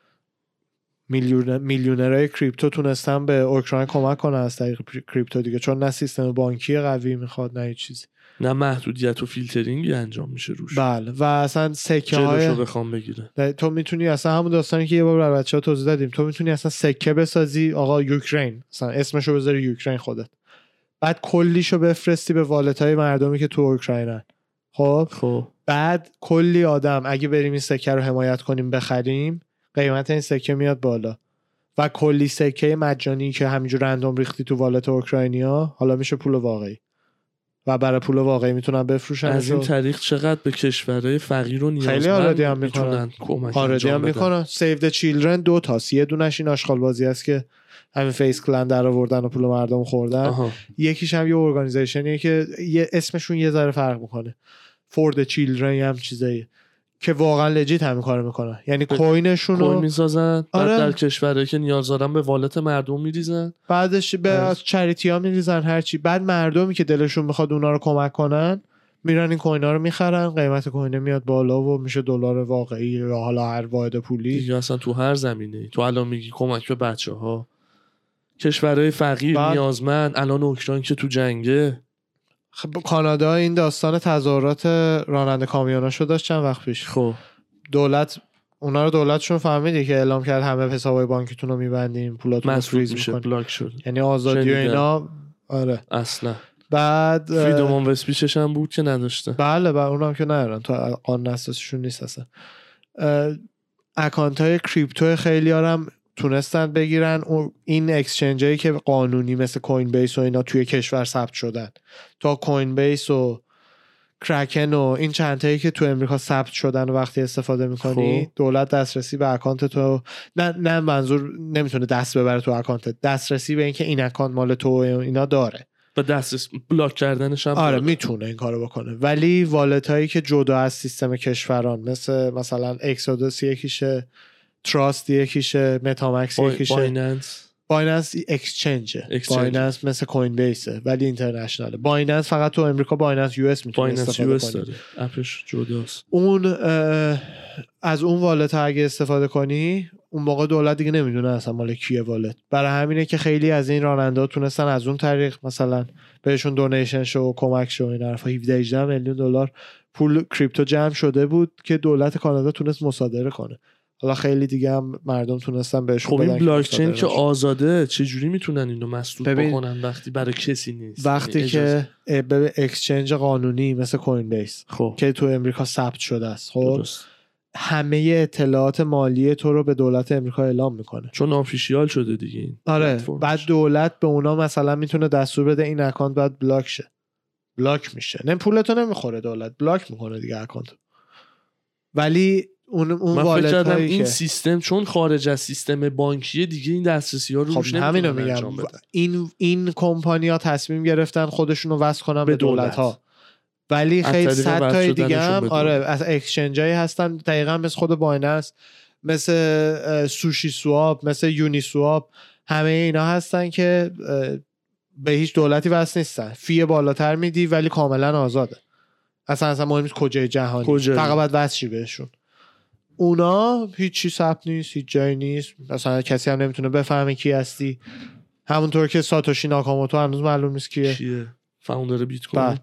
میلیونرهای کریپتو تونستن به اوکراین کمک کنن از طریق کریپتو دیگه، چون نه سیستم بانکی قوی میخواد نه چیزی، نه محدودیت و فیلترینگی انجام میشه روش. بله و اصلا سکه های جلوشو بخوام بگیره. تو میتونی اصلا همون داستانی که یه بار برای بچه‌ها توضیح دادیم، تو میتونی اصلا سکه بسازی آقا یوکراین، اصلا اسمشو بذاری یوکراین خودت، بعد کلیشو بفرستی به والت های مردمی که تو اوکراینن. خب بعد کلی آدم اگه بریم این سکه رو حمایت کنیم بخریم، قیمت این سکه میاد بالا و کلی سکه مجانی که همینجور رندوم ریختی تو والت اوکراینیا حالا میشه پول واقعی و برای پول واقعی میتونن بفروشن. از این طریق چقدر به کشورهای فقیر و نیازمند میتونن کمک انجام بدن. سیو د چیلدرن 2 تاست، یه دونش این آشغال بازی است که همین فیس کلن در آوردن و پول مردم خوردن. یکیش هم یه ارگانیزیشنیه که یه اسمشون یه ذره فرق میکنه، فور د چیلدرن هم چیزاییه که واقعا لجیت همین کارو میکنن، یعنی کوینشون رو میسازن بعد در کشورهایی که نیاز دارن به والت مردم میریزن، بعدش به چریتی ها میریزن هرچی، بعد مردمی که دلشون میخواد اونا رو کمک کنن میرن این کوین ها رو میخرن، قیمت کوین میاد بالا و میشه دلار واقعی یا حالا هر واحد پولی دیگه. اصلا تو هر زمینه تو الان میگی کمک به بچه‌ها، کشورهای فقیر نیازمند، الان اوکراین که تو جنگه. خب کانادا این داستان تظاهرات راننده کامیوناشو داشت چند وقت پیش. خب دولتشون فهمیدی که اعلام کرد همه حسابای بانکیتون رو میبندیم، پولاتون رو فریز میشه، بلاک شد. یعنی آزادی و اینا. آره اصلا. بعد فریدم اون اسپیچش هم بود که نداشته. بله اونم که ندارن، تو قانون اساسیشون نیست اصلا. اکانت های کریپتو خیلی هم تونستن بگیرن. این اکسچنج هایی که قانونی مثل کوین بیس و اینا توی کشور ثبت شدن، تا کوین بیس و کرکن و این چند تایی که تو امریکا ثبت شدن و وقتی استفاده میکنی دولت دسترسی به اکانت تو نه منظور نمیتونه دست ببره تو اکانت، دسترسی به اینکه این اکانت مال تو و اینا داره و دسترس بلاک کردنش هم آره میتونه این کارو بکنه. ولی والت هایی که جدا از سیستم کشوران مثلا اکسودوس یکیشه، تراست یکیشه، متامکس یکیشه، بایننس اکسچنجه. بایننس مثل کوین بیسه ولی اینترنشناله. بایننس فقط تو امریکا بایننس یو اس میتونه استفاده کنی. داره. اپش جداست. اون از اون والت اگه استفاده کنی اون موقع دولت دیگه نمیدونه اصلا مال کیه والت. برای همینه که خیلی از این راننده ها تونستن از اون طریق مثلا بهشون دونیشن شو و کمک شو این حرفا. 17 میلیون دلار پول کریپتو جمع شده بود که دولت کانادا تونست مصادره کنه. حالا خیلی دیگه هم مردم تونستن بهشون بدن. خب این بلاک چین که آزاده چجوری میتونن اینو مسدود بکنن وقتی برای کسی نیست؟ وقتی که به اکسچنج قانونی مثل کوین بیس که تو امریکا ثبت شده است، خب همه اطلاعات مالی تو رو به دولت امریکا اعلام میکنه چون آفیشیال شده دیگه این. آره بعد دولت به اونا مثلا میتونه دستور بده این اکانت باید بلاک شه. بلاک میشه، نه پولتو نمیخوره دولت، بلاک میکنه دیگه اکانت. ولی اون والت هایی این که سیستم چون خارج از سیستم بانکی دیگه این دسترسی ها رو روش نمیتونن انجام بدن. این کمپانی ها تصمیم گرفتن خودشون رو وصل کنن به دولت ها. ولی خیلی صد تای دیگه هم آره از اکسچنج هایی هستن دقیقاً مثل خود بایننس، مثل سوشی سواب، مثل یونی سواب، همه اینا هستن که به هیچ دولتی وصل نیستن. فی بالاتر میدی ولی کاملا آزاده. اصلا مهم نیست کجای جهانی، فقط باید وصل شی بهشون. اونا هیچی ثبت نیست، هیچ جایی نیست، مثلا کسی هم نمیتونه بفهمه کی هستی. همونطور که ساتوشی ناکاموتو هنوز معلوم نیست کیه. فاوندر بیت کوین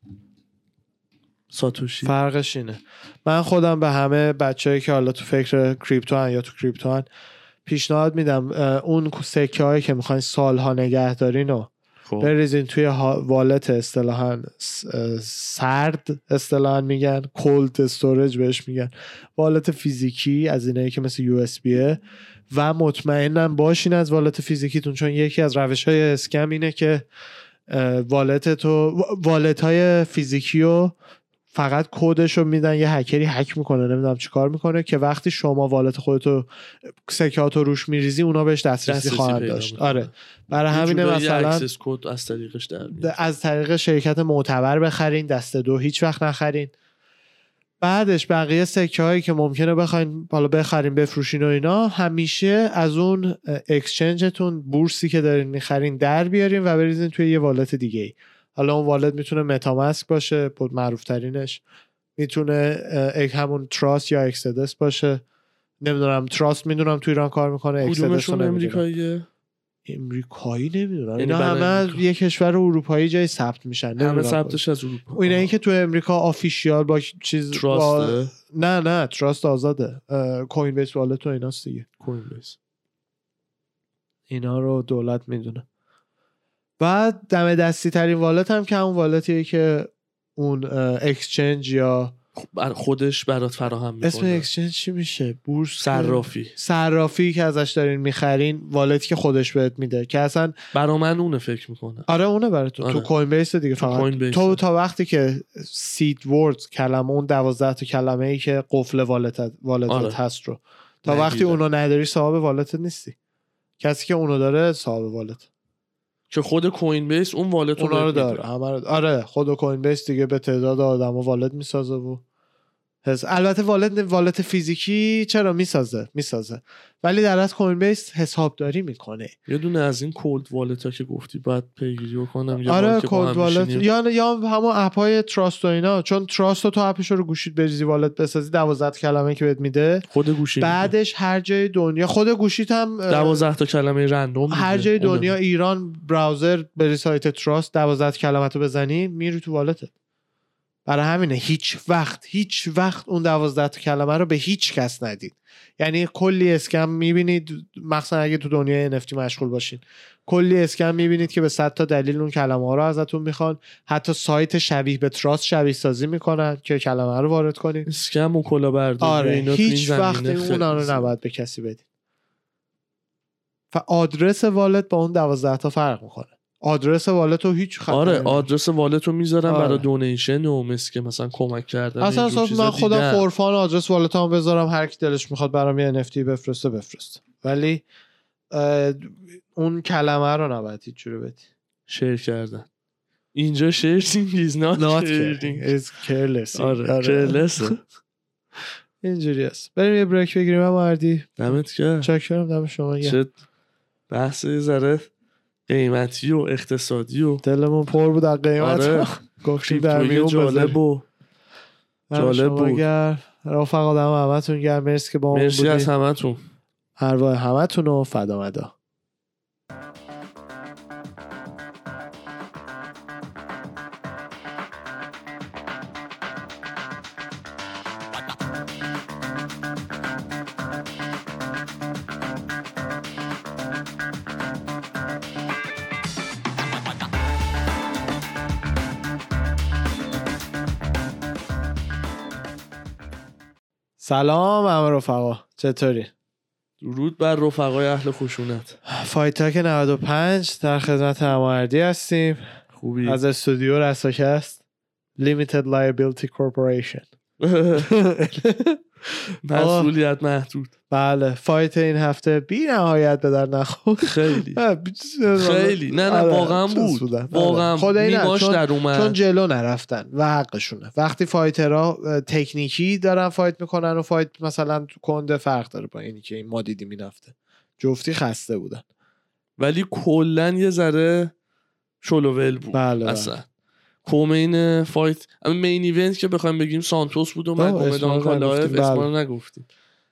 ساتوشی. فرقش اینه. من خودم به همه بچه‌ای که حالا تو فکر کریپتو هن یا تو کریپتو هن پیشنهاد میدم اون سکه هایی که میخواین سالها نگه دارین و بریزین توی والت اصطلاحاً سرد اصطلاحاً میگن، کولد استوریج بهش میگن، والت فیزیکی از اینایی که مثل یو اس بیه و مطمئنم باشین از والت فیزیکیتون، چون یکی از روش‌های اسکم اینه که والت های فیزیکی رو فقط کدش رو میدن، یه هکری هک میکنه نمیدونم چی کار میکنه که وقتی شما والت خودتو سکاتو روش میریزی اونا بهش دسترسی خواهند داشت. آره برای همینه مثلا اکسس کد از طریقش از طریق شرکت معتبر بخرین، دسته دو هیچ وقت نخرین. بعدش بقیه سکه هایی که ممکنه بخواین بالا بخرین بفروشین و اینا همیشه از اون اکسچنجتون بورسی که دارین میخرین در بیارین و بریزین توی یه والت دیگه ای. حالا اون والت میتونه متاماسک باشه، بود معروف ترینش، میتونه همون تراست یا اکسدس باشه. نمیدونم تراست میدونم تو ایران کار میکنه، اکسدس رو امریکاییه. امریکایی نمیدونم، اینا همه یه کشور اروپایی جای ثبت میشن، همه ثبتش از اروپا. اینا این که تو امریکا آفیشیال با چیز تراست نه تراست آزاده، کوین بیس والت و ایناست دیگه. کوین بیس اینا رو دولت میدونه. بعد دم دستی ترین والت هم که همون والتیه که اون اکسچنج یا خودش برات فراهم میکنه. اسم اکسچنج چی میشه؟ بورس، صرافی که ازش دارین میخرین، والتی که خودش بهت میده که اصلا برا من اونه فکر میکنه. آره اونه برای تو. تو کوین بیس دیگه فقط تو تا وقتی که سید وردز کلمه اون 12 تا کلمه ای که قفل والتت هست رو تا وقتی اونو نداری صاحب والتت نیستی. کسی که اونو داره صاحب والت که خود کوین بیس اون والت رو داره. آره خود کوین بیس دیگه به تعداد آدما والت میسازه و البته والت فیزیکی چرا میسازه ولی در از کوین بیس حسابداری میکنه. یه دونه از این کولد والت ها که گفتی باید پیگیری کنم. آره کولد والت یا همون اپ های تراست و اینا، چون تراست تو اپش رو گوشیت بریزی والت بسازی 12 کلمه که بهت میده خود گوشی بعدش هر جای دنیا خود گوشیت هم 12 تا کلمه رندوم هر جای دنیا ایران براوزر بری سایت تراست 12 کلمه تو بزنی میری تو والتت. برای همینه هیچ وقت اون 12 تا کلمه رو به هیچ کس ندید. یعنی کلی اسکم میبینید، مخصوصا اگه تو دنیای NFT مشغول باشین، کلی اسکم میبینید که به 100 تا دلیل اون کلمه ها رو ازتون میخوان. حتی سایت شبیه به تراست شبیه سازی میکنن که کلمه رو وارد کنید. اسکم و کلاهبرداری. آره هیچ وقت اونا رو نباید به کسی بدید. و آدرس والت با اون 12 تا فرق میکنه. آدرس والت رو هیچ خطری آره آدرس والت رو میذارم برای دونیشن و که مثلا کمک کردن. اصلا من خودم فورفان آدرس والت هم بذارم، هر کی دلش میخواد برام یه NFT بفرسته. ولی اون کلمه رو نباید هیچ جوری بدی. شیر کردن اینجا sharing is not caring is careless. آره careless. اینجوری است. بریم یه بریک بگیریم. هم مردی دمت گرم. چاکرم. دم شما گرم. چه بحث ذره قیمتی و اقتصادی و دلمون پر بود از قیمت. آره گفتیم در میون جالب و رفقا دم همتون گرم. مرسی که با اون مرسی از همتون. ارواح همتون رو فدا مدا. سلام همه رفقا، چطوری؟ درود بر رفقای اهل خشونت. فایت تاک 95 در خدمت هماردی هستیم. خوبی؟ از استودیو رساکست Limited Liability Corporation. مسئولیت محدود. بله فایت این هفته بی نهایت به در نخورد. خیلی نه واقعا بود. واقعا نیماش در اومد چون جلو نرفتن و حقشونه. وقتی فایترها تکنیکی دارن فایت میکنن و فایت مثلا کنده فرق داره با اینی که این ما دیدیم این هفته. جفتی خسته بودن ولی کلن یه ذره شلوول بود. بله اصلا کومین فایت مین ایونت که بخوایم بگیم سانتوس بود و مگومد آنکالایف. اسما رو نگفتیم.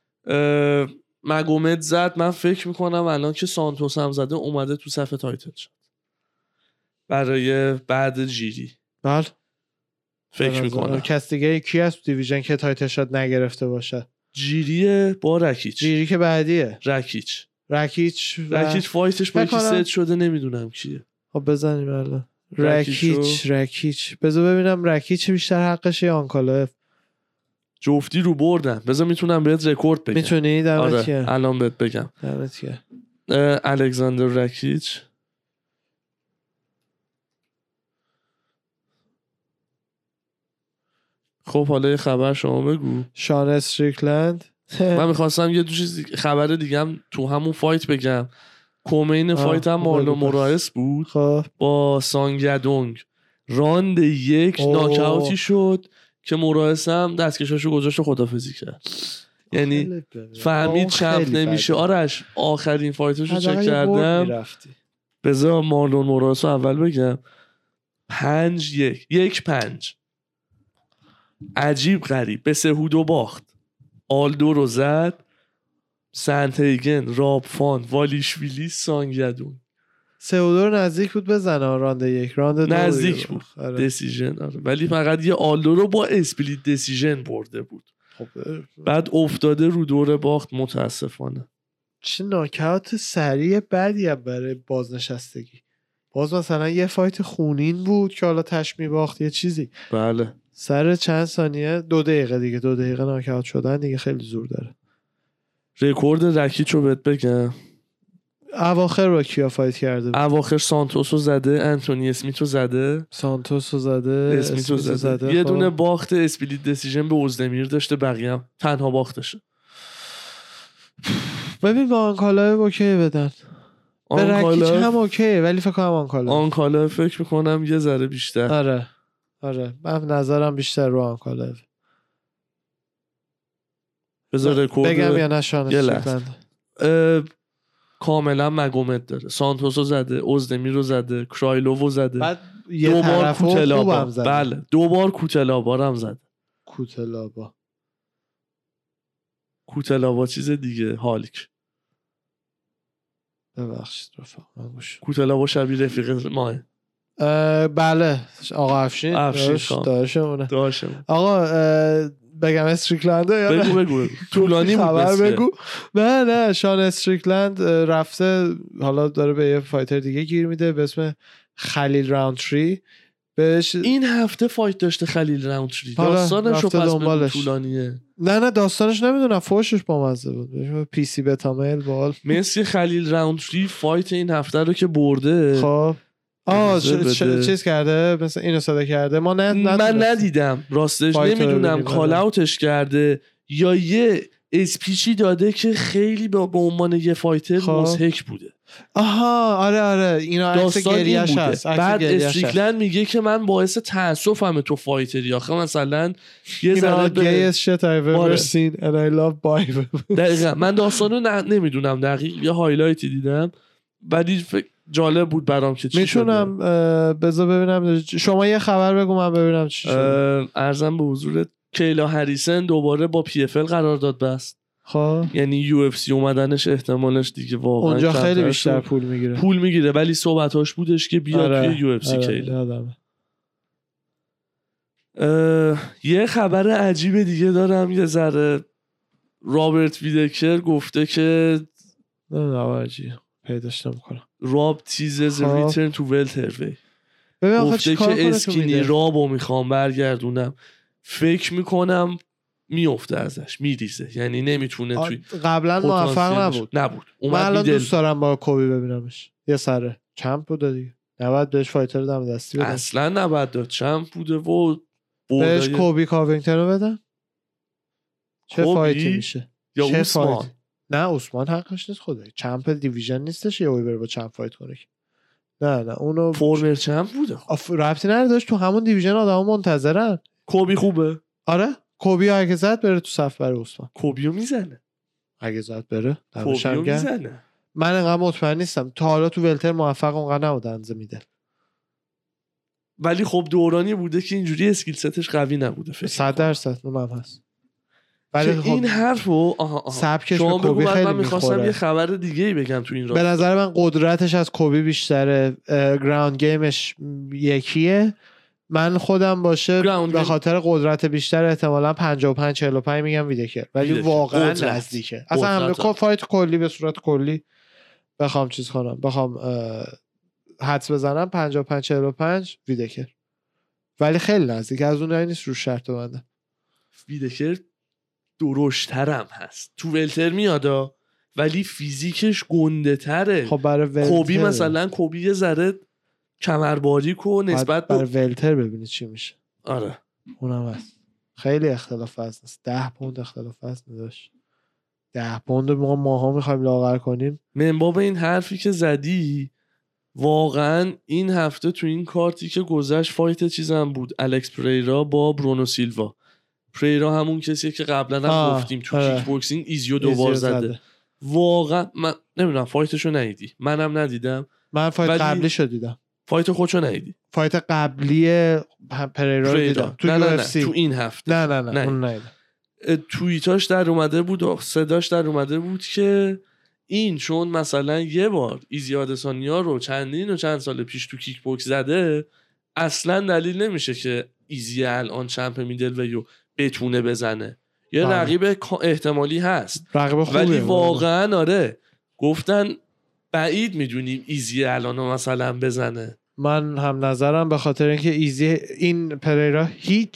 مگومد زد. من فکر میکنم الان که سانتوس هم زده اومده تو صف تایتل شد برای بعد جیری. بله فکر میکنم کس دیگه کی از دیویژن که تایتل شد نگرفته باشه. جیریه با رکیچ. جیری که بعدیه رکیچ فایتش با کی ست شده نمیدونم کیه. خب بزنیم الان رکیچ بذار ببینم رکیچ بیشتر حقشه یا آنکالایف. جفتی رو بردن. بذار میتونم بهت رکورد بگم. میتونی؟ آره الان بهت بگم. الکساندر رکیچ خب حالا یه خبر شما بگو. شان استریکلند. من میخواستم یه دو چیز خبر دیگه هم تو همون فایت بگم. کومین فایت هم مارلون موراس بود با سانگیادونگ. راند 1 ناکاوتی شد که موراس هم دستکشاشو گذاشت و خدافظی کرد. یعنی فهمید چمپ نمیشه. آرش آخرین فایتشو چک کردم. بذار مارلون موراس رو اول بگم. 5-1 عجیب غریب به سهودو باخت. آلدو رو زد. سنتیگن، رابفان، والیشویلی، سانگیادون. سهودو رو نزدیک بود بزنه راند 1 راند 2 نزدیک بود. دسیژن آره. ولی فقط یه آلدو رو با اسپلیت دسیژن برده بود. خب بعد افتاده رو دور باخت متاسفانه. چه ناکاوت سریع بدی هم برای بازنشستگی. باز مثلا یه فایت خونین بود که حالا تش میباخت یه چیزی. بله سر چند ثانیه 2 دقیقه دیگه 2 دقیقه ناکاوت شدن دیگه خیلی زور داره. رکورد رکیچو بهت بگم. اواخر با کیا فایت کرده بود؟ اواخر سانتوسو زده، انتونی اسمیتو زده، سانتوسو زده، اسمیتو زده. یه دونه باخت اسپلیت دسیژن به اوزدمیر داشته، بقیه هم تنها باختشه. ببین با آنکالایف اوکی بدن. به رکیچ هم اوکی ولی فکر کنم آنکالایف فکر میکنم یه ذره بیشتر. آره من نظرم بیشتر رو آنکالایف. بذار رکورد بگم یا نه شان استریکلند کاملا مگومت داره. سانتوسو زده، اوزدمی رو زده، کرایلوو زده، بعد یه طرف خوبم زده. بله 2 بار کوتلابا هم زده. کوتلابا چیز دیگه. هالک ببخشید رفقا من گوش. کوتلابا شبیه رفیق ماه. بله آقا افشین داشتمونه. آقا بگم استریکلند بگو طولانی بود بگو. نه شان استریکلند رفته حالا داره به یه فایتر دیگه گیر میده به اسم خلیل راوندتری. بهش این هفته فایت داشته خلیل راوندتری. داستانش رو پس بگو طولانیه. نه داستانش نمیدونم. فوشش بامزه بود. پی سی بتا میل بال مسی خلیل راوندتری فایت این هفته رو که برده. خب چیز کرده مثلا اینو صدا کرده. من ندیدم راستش نمیدونم کال اوتش کرده یا یه اسپیچی داده که خیلی به عنوان یه فایتر مضحک بوده. آها آره اینا عکس گریه‌اش هست. بعد استریکلند میگه که من باعث تأسفم تو فایتری. آخه مثلا یه ذره gayest shit I've ever seen and I love Bible. دقیقاً من داستانو نمیدونم دقیق. یه هایلایتی دیدم ولی جالب بود برام که چی میتونم بذار ببینم. شما یه خبر بگو من ببینم چی شد. عرضم به حضورت کیلا هریسن دوباره با پی اف ال قرارداد بست. خب یعنی یو اف سی اومدنش احتمالش دیگه واقعا اونجا خیلی بیشتر پول میگیره ولی صحبتاش بودش که بیاد توی یو اف سی کیلا. یه خبر عجیب دیگه دارم. یه ذره رابرت ویدکر گفته که عجیب پیداش نمی‌کنم. راب تیزز ریترن تو ولتروی. گفته که اسکینی رابو میخوام برگردونم. فکر میکنم میفته ازش میریزه. یعنی نمیتونه توی قبلا موفق نبود. من الان دوست دارم با کوبی ببینمش. یه سره چمپ بوده دیگه. نباید بهش فایتر دم دستی بدن. اصلا نباید داد. چمپ بوده و بهش کوبی کاوینگتون رو بدن. چه فایتی میشه یا عثمان؟ نه عثمان حقش نیست. خوده چمپ دیویژن نیستش یه بره با چمپ فایت کنه. نه اونو فورمر چمپ بوده. ربطی نداشت. تو همون دیویژن آدما منتظرن. کوبی خوبه. آره کوبی اگه زد بره تو صف برای عثمان. کوبیو میزنه اگه زد بره. کوبیو میزنه. من انقدر مطمئن نیستم. تا حالا تو ولتر موفق اونقدر نبودن میده. ولی خب دورانی بوده که اینجوری اسکیل ستش قوی نبوده. 100% اونم هست. ولی خب این حرفو سبکش به کوبی خیلی من می‌خواستم یه خبر دیگه ای بگم تو این رابطه. به نظر من قدرتش از کوبی بیشتره. گراوند گیمش یکیه. من خودم باشه به خاطر قدرت بیشتر احتمالاً 55 45 میگم ویدکر. ولی واقعا نزدیکه. اصلا همه فایت کلی به صورت کلی بخوام چیز کنم بخوام حدس بزنم 55 45 ویدکر. ولی خیلی نزدیک. از اون نیست رو شرط بنده. ویدکر درشترم هست. تو ولتر میادا ولی فیزیکش گنده تره. خب برای ولتر کوبی مثلا کوبی یه ذره کمرباریک و نسبت برای ولتر ببینید چی میشه. آره اونم هست. خیلی اختلاف هست. 10 پوند اختلاف هست نداشت. 10 پوند ماها میخوایم لاغر کنیم. من باب این حرفی که زدی واقعا این هفته تو این کارتی که گذشت فایت چیزم بود. الکس پریرا با برونو سیلوا. پریرا همون کسیه که قبلا هم گفتیم تو کیک بوکسینگ ایزیو دوبار زده. واقعا من نمیدونم فایتشو ندیدی. منم ندیدم. من فایت قبلیشو دیدم. فایت خودشو ندیدی؟ فایت قبلی پریرا رو دیدم تو نه تو این هفته. نه اون ندیدم. توییتاش در اومده بود و صداش در اومده بود که این چون مثلا یه بار ایزی آدسانیا رو چند سال پیش تو کیک بوکس زده اصلا دلیل نمیشه که ایزی الان چمپ میدل ویو بتونه بزنه. یه رقیب احتمالی هست. رقیب خوبه. ولی واقعا آره گفتن بعید میدونیم ایزی الان مثلا بزنه. من هم نظرم به خاطر اینکه ایزی این پریرا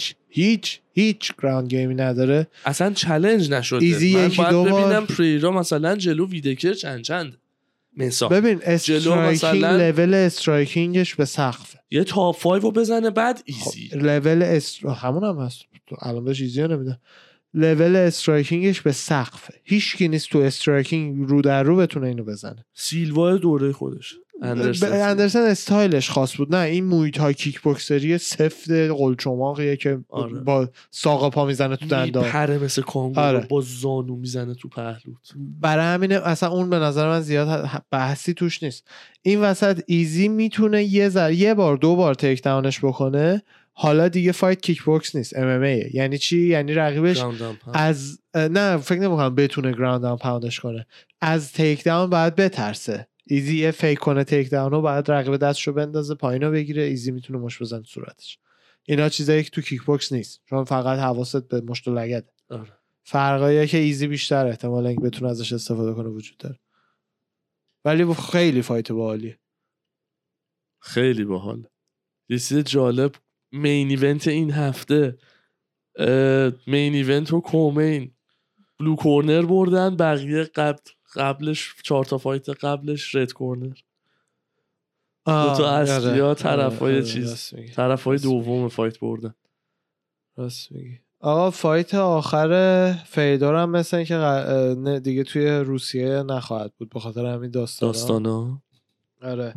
هیچ گراوند گیمی نداره. اصلا چالش نشده. ایزی من باید ببینم پریرا مثلا جلو ویدکر چند مثلا ببین استرایکینگ لول استرایکینگش به سقف. یه تاپ 5 رو بزنه بعد ایزی. لول همون هم هست. الان بهش ایزی نمیده. لول استرایکینگش به سقفه، هیچ کی نیست تو استرایکینگ رو در رو بتونه اینو بزنه. سیلوا دوره خودش اندرسن استایلش خاص بود. نه این مویتای کیک بوکسری سفت قلچماقیه که با ساق پا میزنه تو دندان، میپره مثل کانگورو، با زانو میزنه تو پهلوت. برای همینه اصلا اون به نظر من زیاد بحثی توش نیست. این وسط ایزی میتونه یه بار 2 بار تیک داونش بکنه، حالا دیگه فایت کیک بوکس نیست، ام ام ایه. یعنی چی؟ یعنی رقیبش از نه فکر نمی‌کنم بتونه گراوند داون پاوندش کنه، از تیک داون باید بترسه. ایزی فیک کنه تیک داون رو، بعد رقیب دستشو بندازه پایینو بگیره، ایزی میتونه مش بزنه تو صورتش. اینا چیزایی که تو کیک بوکس نیست، چون فقط حواست به مشت و لگده. فرقاییه که ایزی بیشتر احتمالاً اینکه بتونه ازش استفاده کنه وجود داره. ولی خیلی فایت باحالیه، خیلی باحال. یه چیز جالب، مین ایونت این هفته، مین ایونت رو کومین بلو کورنر بردن، بقیه قبلش 4 تا فایت قبلش رد کورنر. 2 تا اصلیا طرفای چیز، طرفای دوم فایت بردن. راست میگی. آقا فایت آخر فیدور هم مثل که دیگه توی روسیه نخواهد بود به خاطر همین داستانا. آره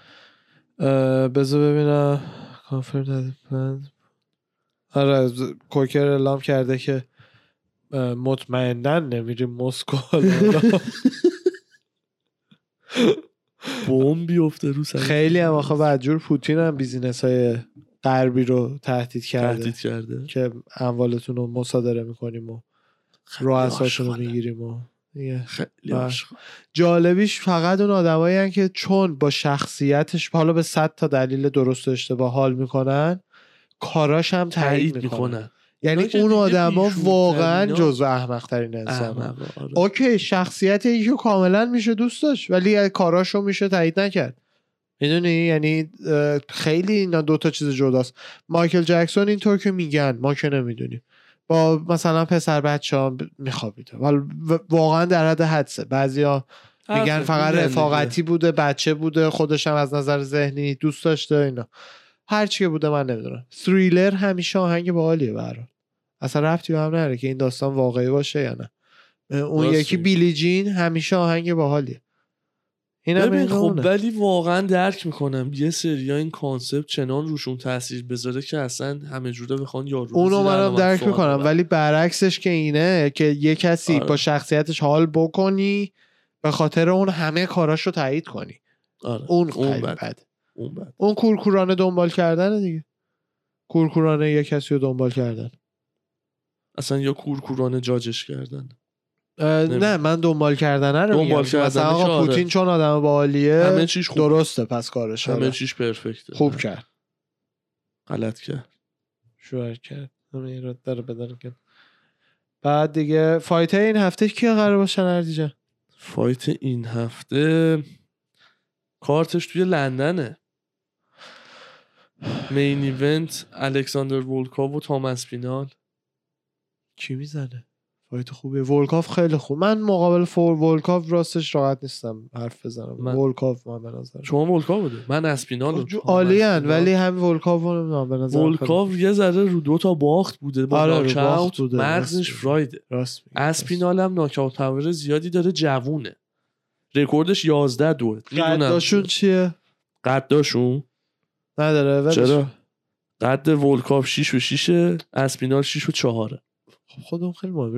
بذار ببینم کانفرم پلان. آره کوکر اعلام کرده که مطمئناً نمیریم مسکو. بمب بیفته رو سر. خیلی هم آخه بدجور پوتین هم بیزینس‌های غربی رو تهدید کرده که اموالتون رو مصادره میکنیم و رؤساشون رو میگیریم و خیلی جالبیش فقط اون آدمایی هستن که چون با شخصیتش حالا به 100 تا دلیل درست و اشتباه حال میکنن، کاراش هم تایید میکنن. یعنی اون آدما واقعا جزو احمق ترین انسان. اوکی شخصیت یکو کاملا میشه دوست داشت، ولی کاراشو میشه تایید نکرد. میدونی یعنی خیلی اینا 2 تا چیز جداست. مایکل جکسون اینطور که میگن، ما که نمیدونیم، با مثلا پسر بچه‌ها میخوابید، ولی واقعا در حد حدسه. بعضیا میگن فقط رفاقتی بوده، بچه بوده، خودش هم از نظر ذهنی دوست داشته اینا. هر چی بوده من نمیدونم. تریلر همیشه آهنگ باحالیه برام. اصلا ربطی به هم نداره که این داستان واقعی باشه یا نه. اون یکی بیلی جین همیشه آهنگ باحالیه. ببین خب ولی واقعا درک میکنم یه سریا این کانسپت چنان روشون تاثیر بذاره که اصلا همه جوره بخوان یارو. اونو منم درک میکنم، ولی برعکسش که اینه که یه کسی با شخصیتش حال بکنی به خاطر اون همه کاراشو تایید کنی. اون خیلی بده. اون کورکورانه دنبال کردن دیگه. کورکورانه یه کسی رو دنبال کردن. اصلا یا کورکورانه جاجش کردن. نه من دنبال کردن رو میگم. مثلا آقا پوتین چون آدم باحالیه همه چیش خوب. درسته پس کارش همه چیش پرفکته. خوب کرد. غلط کرد. شوهر کرد. همین رو داره بدن کرد. بعد دیگه فایت این هفته کی قرار باشه اردی جان؟ فایت این هفته کارتش توی لندنه. مین ایونت الکساندر وولکاو و تاماس پینال. کی میزنه؟ فایت خوبه. وولکاف خیلی خوب. من مقابل وولکاف راستش راحت نیستم حرف بزنم. وولکاف من به نظر شما وولکاف بوده، من اسپینال عالیان، ولی هم وولکاف من به نظر وولکاف یه ذره رو 2 تا باخت بوده با ناکاوت، مغزش فرایده. اسپینال هم ناکاوت پاور زیادی داره، جوونه. رکوردش 11-2. قداشون چیه؟ قداشون نداره. چرا؟ قد وولکاف 6'6، اسپینال 6'4. خودم خیلی مهم.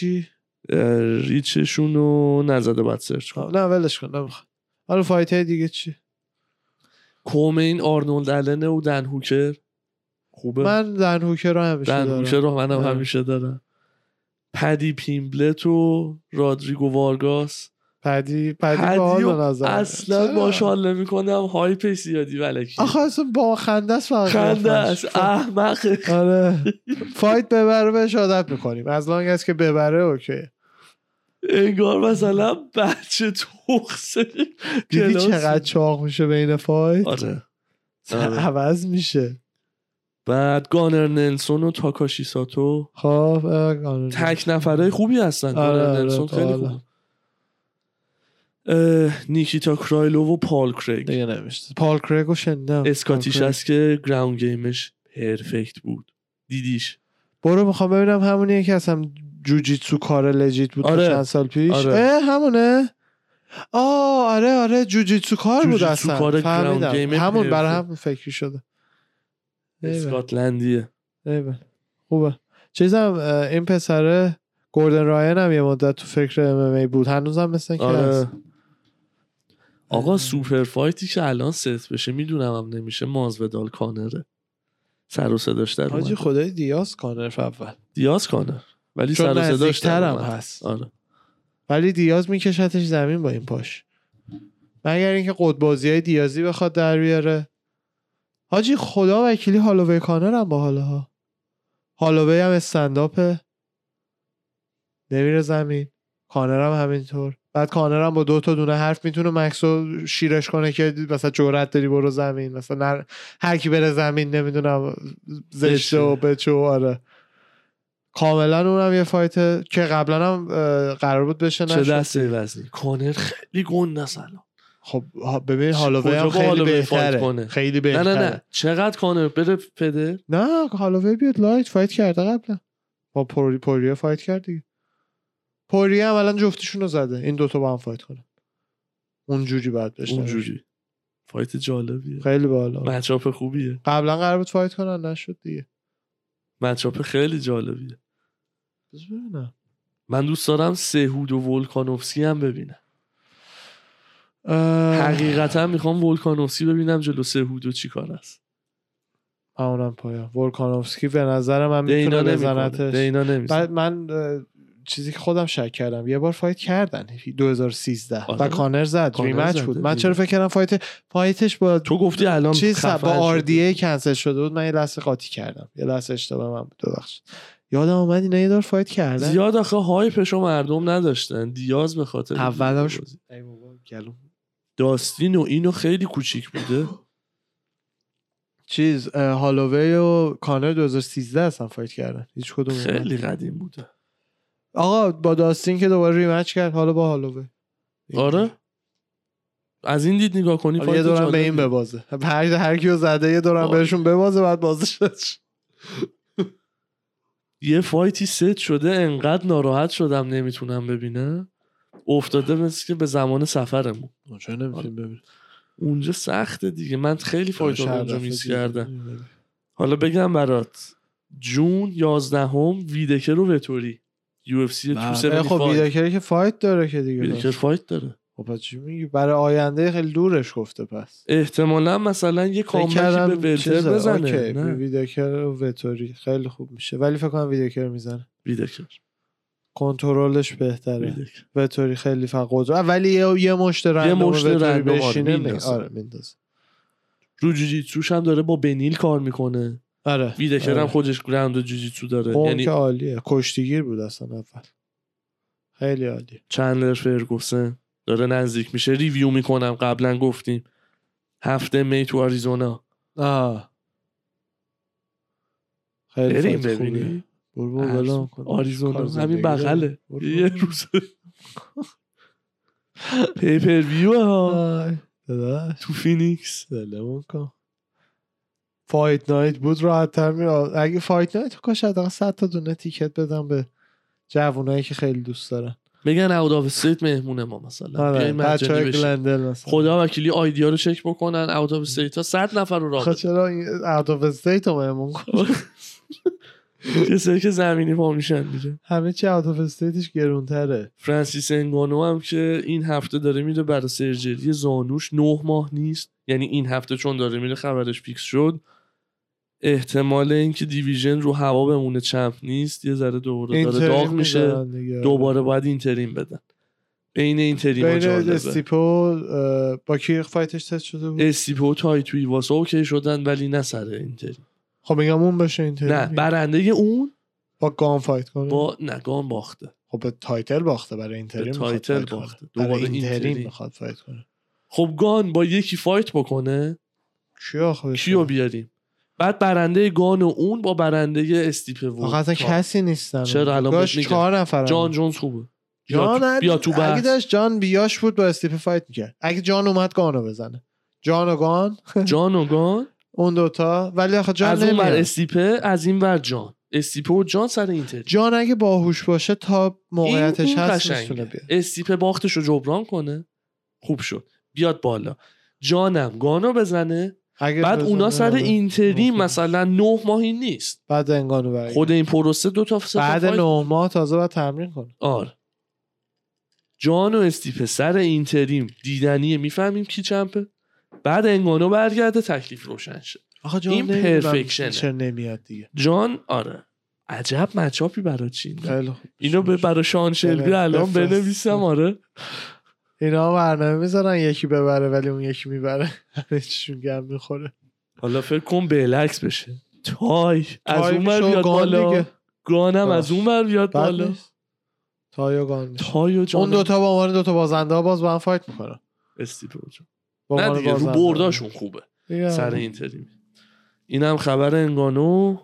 ریچشونو نزده بعد سرچ کن. نه ولش کن نمیخوام. حالا فایت های دیگه چی؟ کومین آرنولد آلن و دن هوکر خوبه. من دن هوکر رو همیشه دارم. دن هوکر رو منم همیشه دارم. پدی پیمبلت و رادریگو وارگاس. پدی اصلا باش حال نمی کنم، هایپ زیادی ولکی. آخه اصلا با خنده است، خنده است، احمقه. آره فایت ببره بهش عادت میکنیم، از لانگ است که ببره اوکی. انگار مثلا بچه توخسه. دیدی چقدر چاق میشه بین فایت؟ آره عوض میشه. بعد گانر نلسون و تاکاشی ساتو. خب تک نفرهای خوبی هستن. گانر نلسون خیلی خوب. نیکیتا کرایلو و پال کریگ دیگه نمیشته. پال کریگ رو شنیدم. اسکاتیش هست که گراوند گیمش پرفکت بود. دیدیش؟ برو میخوام ببینم همونیه که اصلا جوجیتسو کار لجیت بود آره. چند سال پیش. آره. همونه. آره جوجیتسو کار بود اصلا. کار فهمیدم. همون برای هم فکری شده. اسکاتلندیه. خوبه. چیزم این پسره گوردن راین هم یه مدت تو فکر MMA بود، هنوزم مثلا که هست. آقا سوپر فایتی که الان ست بشه میدونم هم نمیشه مازودال کانره. سر و صداش در حاجی خدای دیاز کانر اول. دیاز کانر ولی سر و صداش در هم هست. آره. ولی دیاز میکشتش زمین با این پاش. مگر اینکه قطب‌بازیای دیازی بخواد در بیاره. حاجی خدا وکیلی هالووی کانر هم با حالا هالووی هم استنداپه نمیره زمین، کانر هم همینطور. بعد کانر هم با 2 تا دونه حرف میتونه مکسو شیرش کنه که مثلا جرأت داری برو زمین، مثلا هر کی بره زمین نمیدونم زشته و بچو. آره کاملا اونم یه فایت که قبلا هم قرار بود بشه نشد. چه دسته وزنی کانر خیلی گنده سلام. خب ببین هالووی هم خیلی بهتره. خیلی بهتره. نه چقدر کانر بره پدر. نه هالووی بیاد لایت فایت کرده قبلا با پوریا فایت کرد دیگه. پوریا هم الان جفتشون رو زده، این دوتا با هم فایت کنن اونجوری بعد بشه. اونجوری فایت جالبیه خیلی بالا، مچاپ خوبیه. قبلا قرار بود فایت کنن نشد دیگه. مچاپ خیلی جالبیه. ببینم من دوست دارم سهود و ولکانوفسکی هم ببینم. حقیقتا میخوام ولکانوفسکی ببینم جلو سهودو چی کار است. اونم پایا ولکانوفسکی به نظر من میتونه بزنتش. دینا نمیزنه. بعد من چیزی که خودم شک کردم یه بار فایت کردن 2013 و کانر زد، ریمچ بود. من چرا فکر کردم فایتش با تو گفتی الان چیز با RDA کنسل شده بود. من یه لحظه قاطی کردم، یه لحظه اشتباه من بود، ببخشید. یادم اومد اینا یه دور فایت کردن. زیاد آخه هایپشو مردم نداشتن. دیاز به خاطر اولش ای بابا گلوم داستین و اینو خیلی کوچیک بوده. چیز هالووی و کانر 2013 اصلا فایت کردن، هیچ کدوم خیلی قدیم بوده. آقا با داستین که دوباره ریمچ کرد، حالا با هالووی. آره از این دید نگاه کنی یه دورم به این ببازه، هر کیو زده یه دورم بهشون ببازه بعد بازه شد. یه فایتی ست شده انقدر ناراحت شدم نمیتونم ببینم، افتاده مثل که به زمان سفرمون. چرا نمیتونیم ببینیم؟ اونجا سخته دیگه. من خیلی فایت اونجا میس کردم. حالا بگم برات جون 11 ویدکر و وتوری UFC 275. خب ویدکر که فایت داره که دیگه. ویدکر فایت داره. خب چی میگی؟ برای آینده خیلی دورش گفته. پس احتمالاً مثلا یه کامبکی به ولتر بزنه. نه ویدکر و وتوری خیلی خوب میشه، ولی فکر کنم ویدکر میزنه. ویدکر کنترلش بهتره. وتوری خیلی فقط ولی یه مشت رندوم بشینه. آره میندازه. رو جوجیتسوش هم داره با بنیل کار میکنه. آره ویدکر هم خودش گراند و جوجیتسو داره. یعنی عالیه. کشتیگیر بود اصلا اول. خیلی عالیه. چندلر فرگوسن داره نزدیک میشه. ریویو میکنم، قبلا گفتیم هفته می تو آریزونا. خیلی بریم ببینی. برو آریزونا همین بغله. یه روز پیپر ویو ها تو فینیکس. دلمون کن فایت نایت بود راحت تر میاد. اگه فایت نایت کاش حداقل 100 تا دونه تیکت بدم به جوونایی که خیلی دوست دارن. بگن اوت اف استیت مهمونه ما مثلا. بیاین مجانی بشین. خدا وکیلی آیدیا رو چک بکنن. اوت اف استیت ها 100 نفر رو راه. چرا اوت اف استیت رو مهمون کن؟ کسایی که زمینی پا میشن دیگه. همه چی اوت اف استیتش گرونتره. فرانسیس انگانو هم که این هفته داره میره برای سرجری زانوش. 9 ماه نیست، یعنی این هفته چون داره میره خبرش فیکس شد. احتمال اینکه دیویژن رو هوا بمونه چمپ نیست. یه ذره دوباره داره داغ میشه. دوباره باید اینتریم بدن. بین اینتریم ها جالبه. بین استیپو با کی فایتش تست شده بود؟ استیپو تایتوی واسه اوکی شدن ولی نه سر اینتریم. خب میگم اون بشه اینتریم. نه برنده اون با گان فایت کنه. نه گان باخته. خب به تایتل باخته. برای اینتریم تایتل باخته. دوباره اینتریم میخواد فایت کنه. خب گان با یکی فایت بکنه. کیو بیاریم؟ بعد برنده گان و اون با برنده استیپه و آخه اصلا کسی نیستن. چرا الان بهت میگم 4 نفرن. جان جونز خوبه. بیا تو بحث. اگه داشت جان بیاش بود با استیپه فایت میکرد. اگه جان اومد گانو بزنه. جان و گان اون دوتا. ولی آخه جان از اون ور استیپه، از این ور جان. استیپه و جان سر اینتری. جان اگه باهوش باشه تا موقعیتش هست میتونه بیاد. استیپه باختش رو جبران کنه، خوب شد، بیاد بالا، جانم گانو بزنه، بعد اونا سر اینتری مثلا 9 ماهی نیست، بعد انگانو برگرد. خود این پروسه 2 تا بعد 9 ماه تازه باید تمرین کنه. آره جان و استیپه سر اینتریم دیدنیه، میفهمیم کی چمپه، بعد انگانو برگرده تکلیف روشن شه. این پرفکشنه نمیاد دیگه جان. آره عجب مچاپی برای چین. اینو برای شان شلبی الان بنویسم. آره اینا برنامه میذارن یکی ببره ولی اون یکی میبره، همه چیشون گم میخوره. حالا فکر کن بلکس بشه، تای از اون ور بیاد بالا، گانم از اون ور بیاد بالا، تای و گان میشه. اون دوتا با عنوان دوتا بازنده ها باز با هم فایت میکنن. استیپه نه دیگه رو برداشون خوبه سر اینتری. اینم خبر انگانو.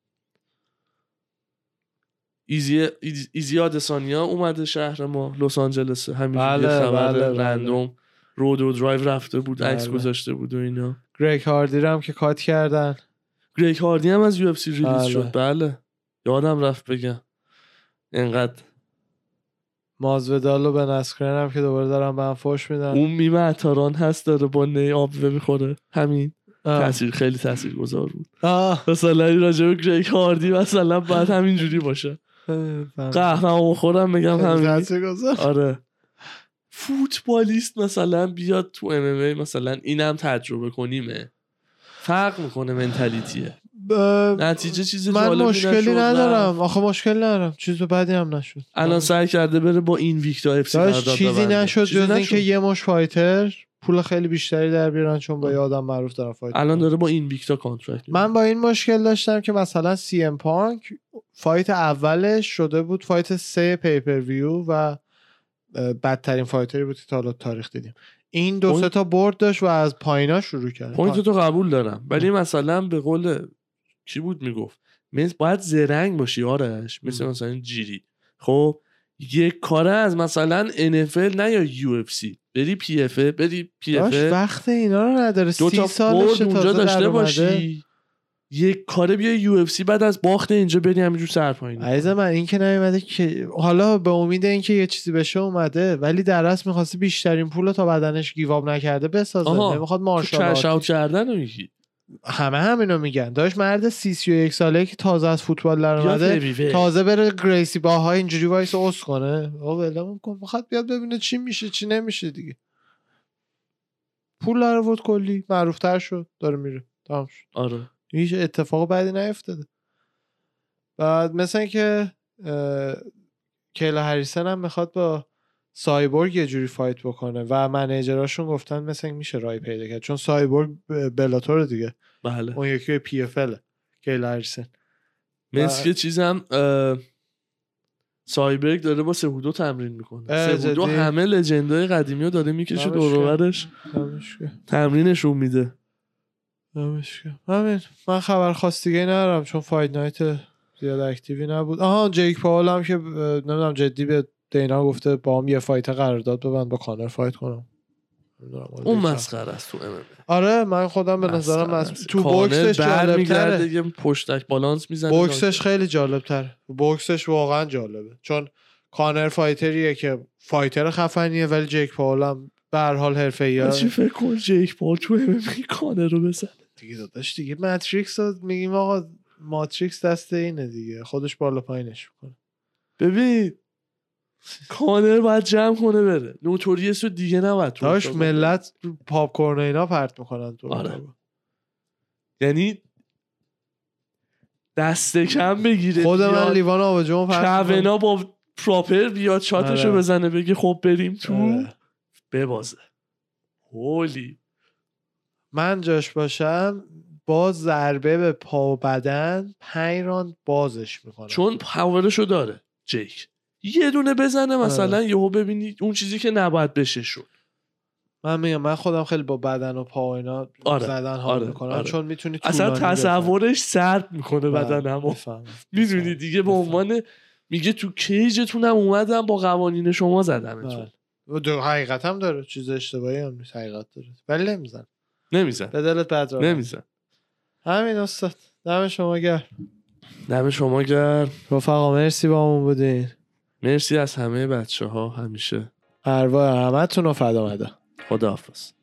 ایزی آدسانیا اومده شهر ما لس آنجلس، همین خبر رندوم رود و درایو رفته بود، عکس گذاشته بود و اینا. گریگ هاردی رو هم که کات کردن. گریگ هاردی هم از UFC ریلیز شد. بله یادم رفت بگم. اینقدر مازودال و بن اسکرین هم که دوباره دارن به هم فوش میدن. اون میمه اتاران هست داره با نی آب میخوره، همین تاثیر خیلی تاثیرگذار بود. مثلا راجع به گریگ هاردی مثلا باید همینجوری باشه، قهوه‌مو خورم میگم همین. آره فوتبالیست مثلا بیاد تو ام ام ای مثلا اینم تجربه کنیمه، فرق میکنه منتالیتیه. نتیجه چیز من مشکلی ندارم، آخه مشکل ندارم، چیز بدی هم نشد. الان سعی کرده بره با این ویکتا اف سی قرارداد ببنده، چیزی نشد جز اینکه یه مش فایتر پول خیلی بیشتری در بیارن چون با یه آدم معروف دارن فایت. الان داره با این ویکتا کانترکت. من با این مشکل داشتم که مثلا سی ام پانک فایت اولش شده بود فایت 3 پیپر ویو و بدترین فایتری بود که تا حالا تاریخ دیدیم. این 2-3 تا برد داشت و از پایینا شروع کرد. پوینت تو قبول دارم، ولی مثلا به قول کی بود میگفت باید زرنگ باشی آرش، مثلا جیری. خب یک کاره از مثلا NFL نه یا UFC بری پی اف بری پی اف وقت اینا رو نداره. 30 سالشه اونجا داشته باشی، یک کاره بیا یو اف سی بعد از باخت اینجا بری همینجور سرپایین. عزیز من این که نمیاد که حالا به امید اینکه یه چیزی بشه اومده، ولی در اصل می‌خواسته بیشترین پولو تا بدنش گیواب نکرده بسازه. نمیخواد مارشال کش اوت کردن رو میگی. همه همینو میگن. داش مرد 31 ساله که تازه از فوتبال در اومده، تازه بره گریسی باها اینجوری وایس اوس کنه. آقا ولمون کن، میخواد بیاد ببینه چی میشه چی نمیشه دیگه. پول آورد کلی معروف‌تر شد، داره میره. تمام شد. آره هیچ اتفاق بعدی نیفتاده. بعد مثلا که کیلا هریسن هم میخواد با سایبورگ یه جوری فایت بکنه و منیجراشون گفتن مثلا میشه رای پیدا کرد، چون سایبورگ بلاتور دیگه. بله اون یکی پی اف ال کیلا هریسن. مثل که چیزم سایبورگ داره با سهودو تمرین میکنه. سهودو همه لژندای قدیمی رو داره میکشه دور و برش تمرینشون میده. همین. من خبر خاص دیگه ندارم چون فایت نایت زیاد اکتیوی نبود. جیک پاول هم که نمیدونم جدی به دینا گفته با هم یه فایت قرارداد ببند با کانر فایت کنم. اون مسخره است تو ام ام. آره من خودم به نظرم تو بوکسش جالب‌تره. دیگه پشتک بالانس میزنه. بوکسش خیلی جالب‌تره. بوکسش واقعا جالبه چون کانر فایتریه که فایتر خفنیه، ولی جیک پاول هم به هر حال حرفه‌ایه. چی فکر کن جیک پاول تو ام ام کانر رو بزنه دیگه داداش دیگه ماتریکس رو میگیم آقا، ماتریکس دست اینه دیگه، خودش بالا پایینش میکنه. ببین کانر باید جمع کنه بره، نوتوریس رو دیگه نباید داش ملت پاپ کورن اینا پرت میکنن تو. آره. یعنی دست کم بگیره خود من لیوان آبجو پرت کونا با پراپر بیاد شاتشو بزنه بگه خب بریم تو ببازه. هولی من جاش باشم با ضربه به پا و بدن 5 راند بازش میکنه چون پاورشو داره جیک. یه دونه بزنه مثلا یهو ببینی اون چیزی که نباید بشه شد. من میگم من خودم خیلی با بدن و پا و اینا زدن حال میکنم چون میتونی اصلا تصورش سرد میکنه بدنمو. میدونی دیگه به عنوان میگه تو کیجتونم اومدم با قوانین شما زدمتون. دو حقیقت هم داره، چیز اشتباهی هم نیست، حقیقت داره ولی نمیزن به دلت بد نمیزن. همین استاد دم شما گرم. دم شما گرم رفقا، مرسی با همون بودین. مرسی از همه بچه ها همیشه. ارواح همتون رو فدا مده. خداحافظ.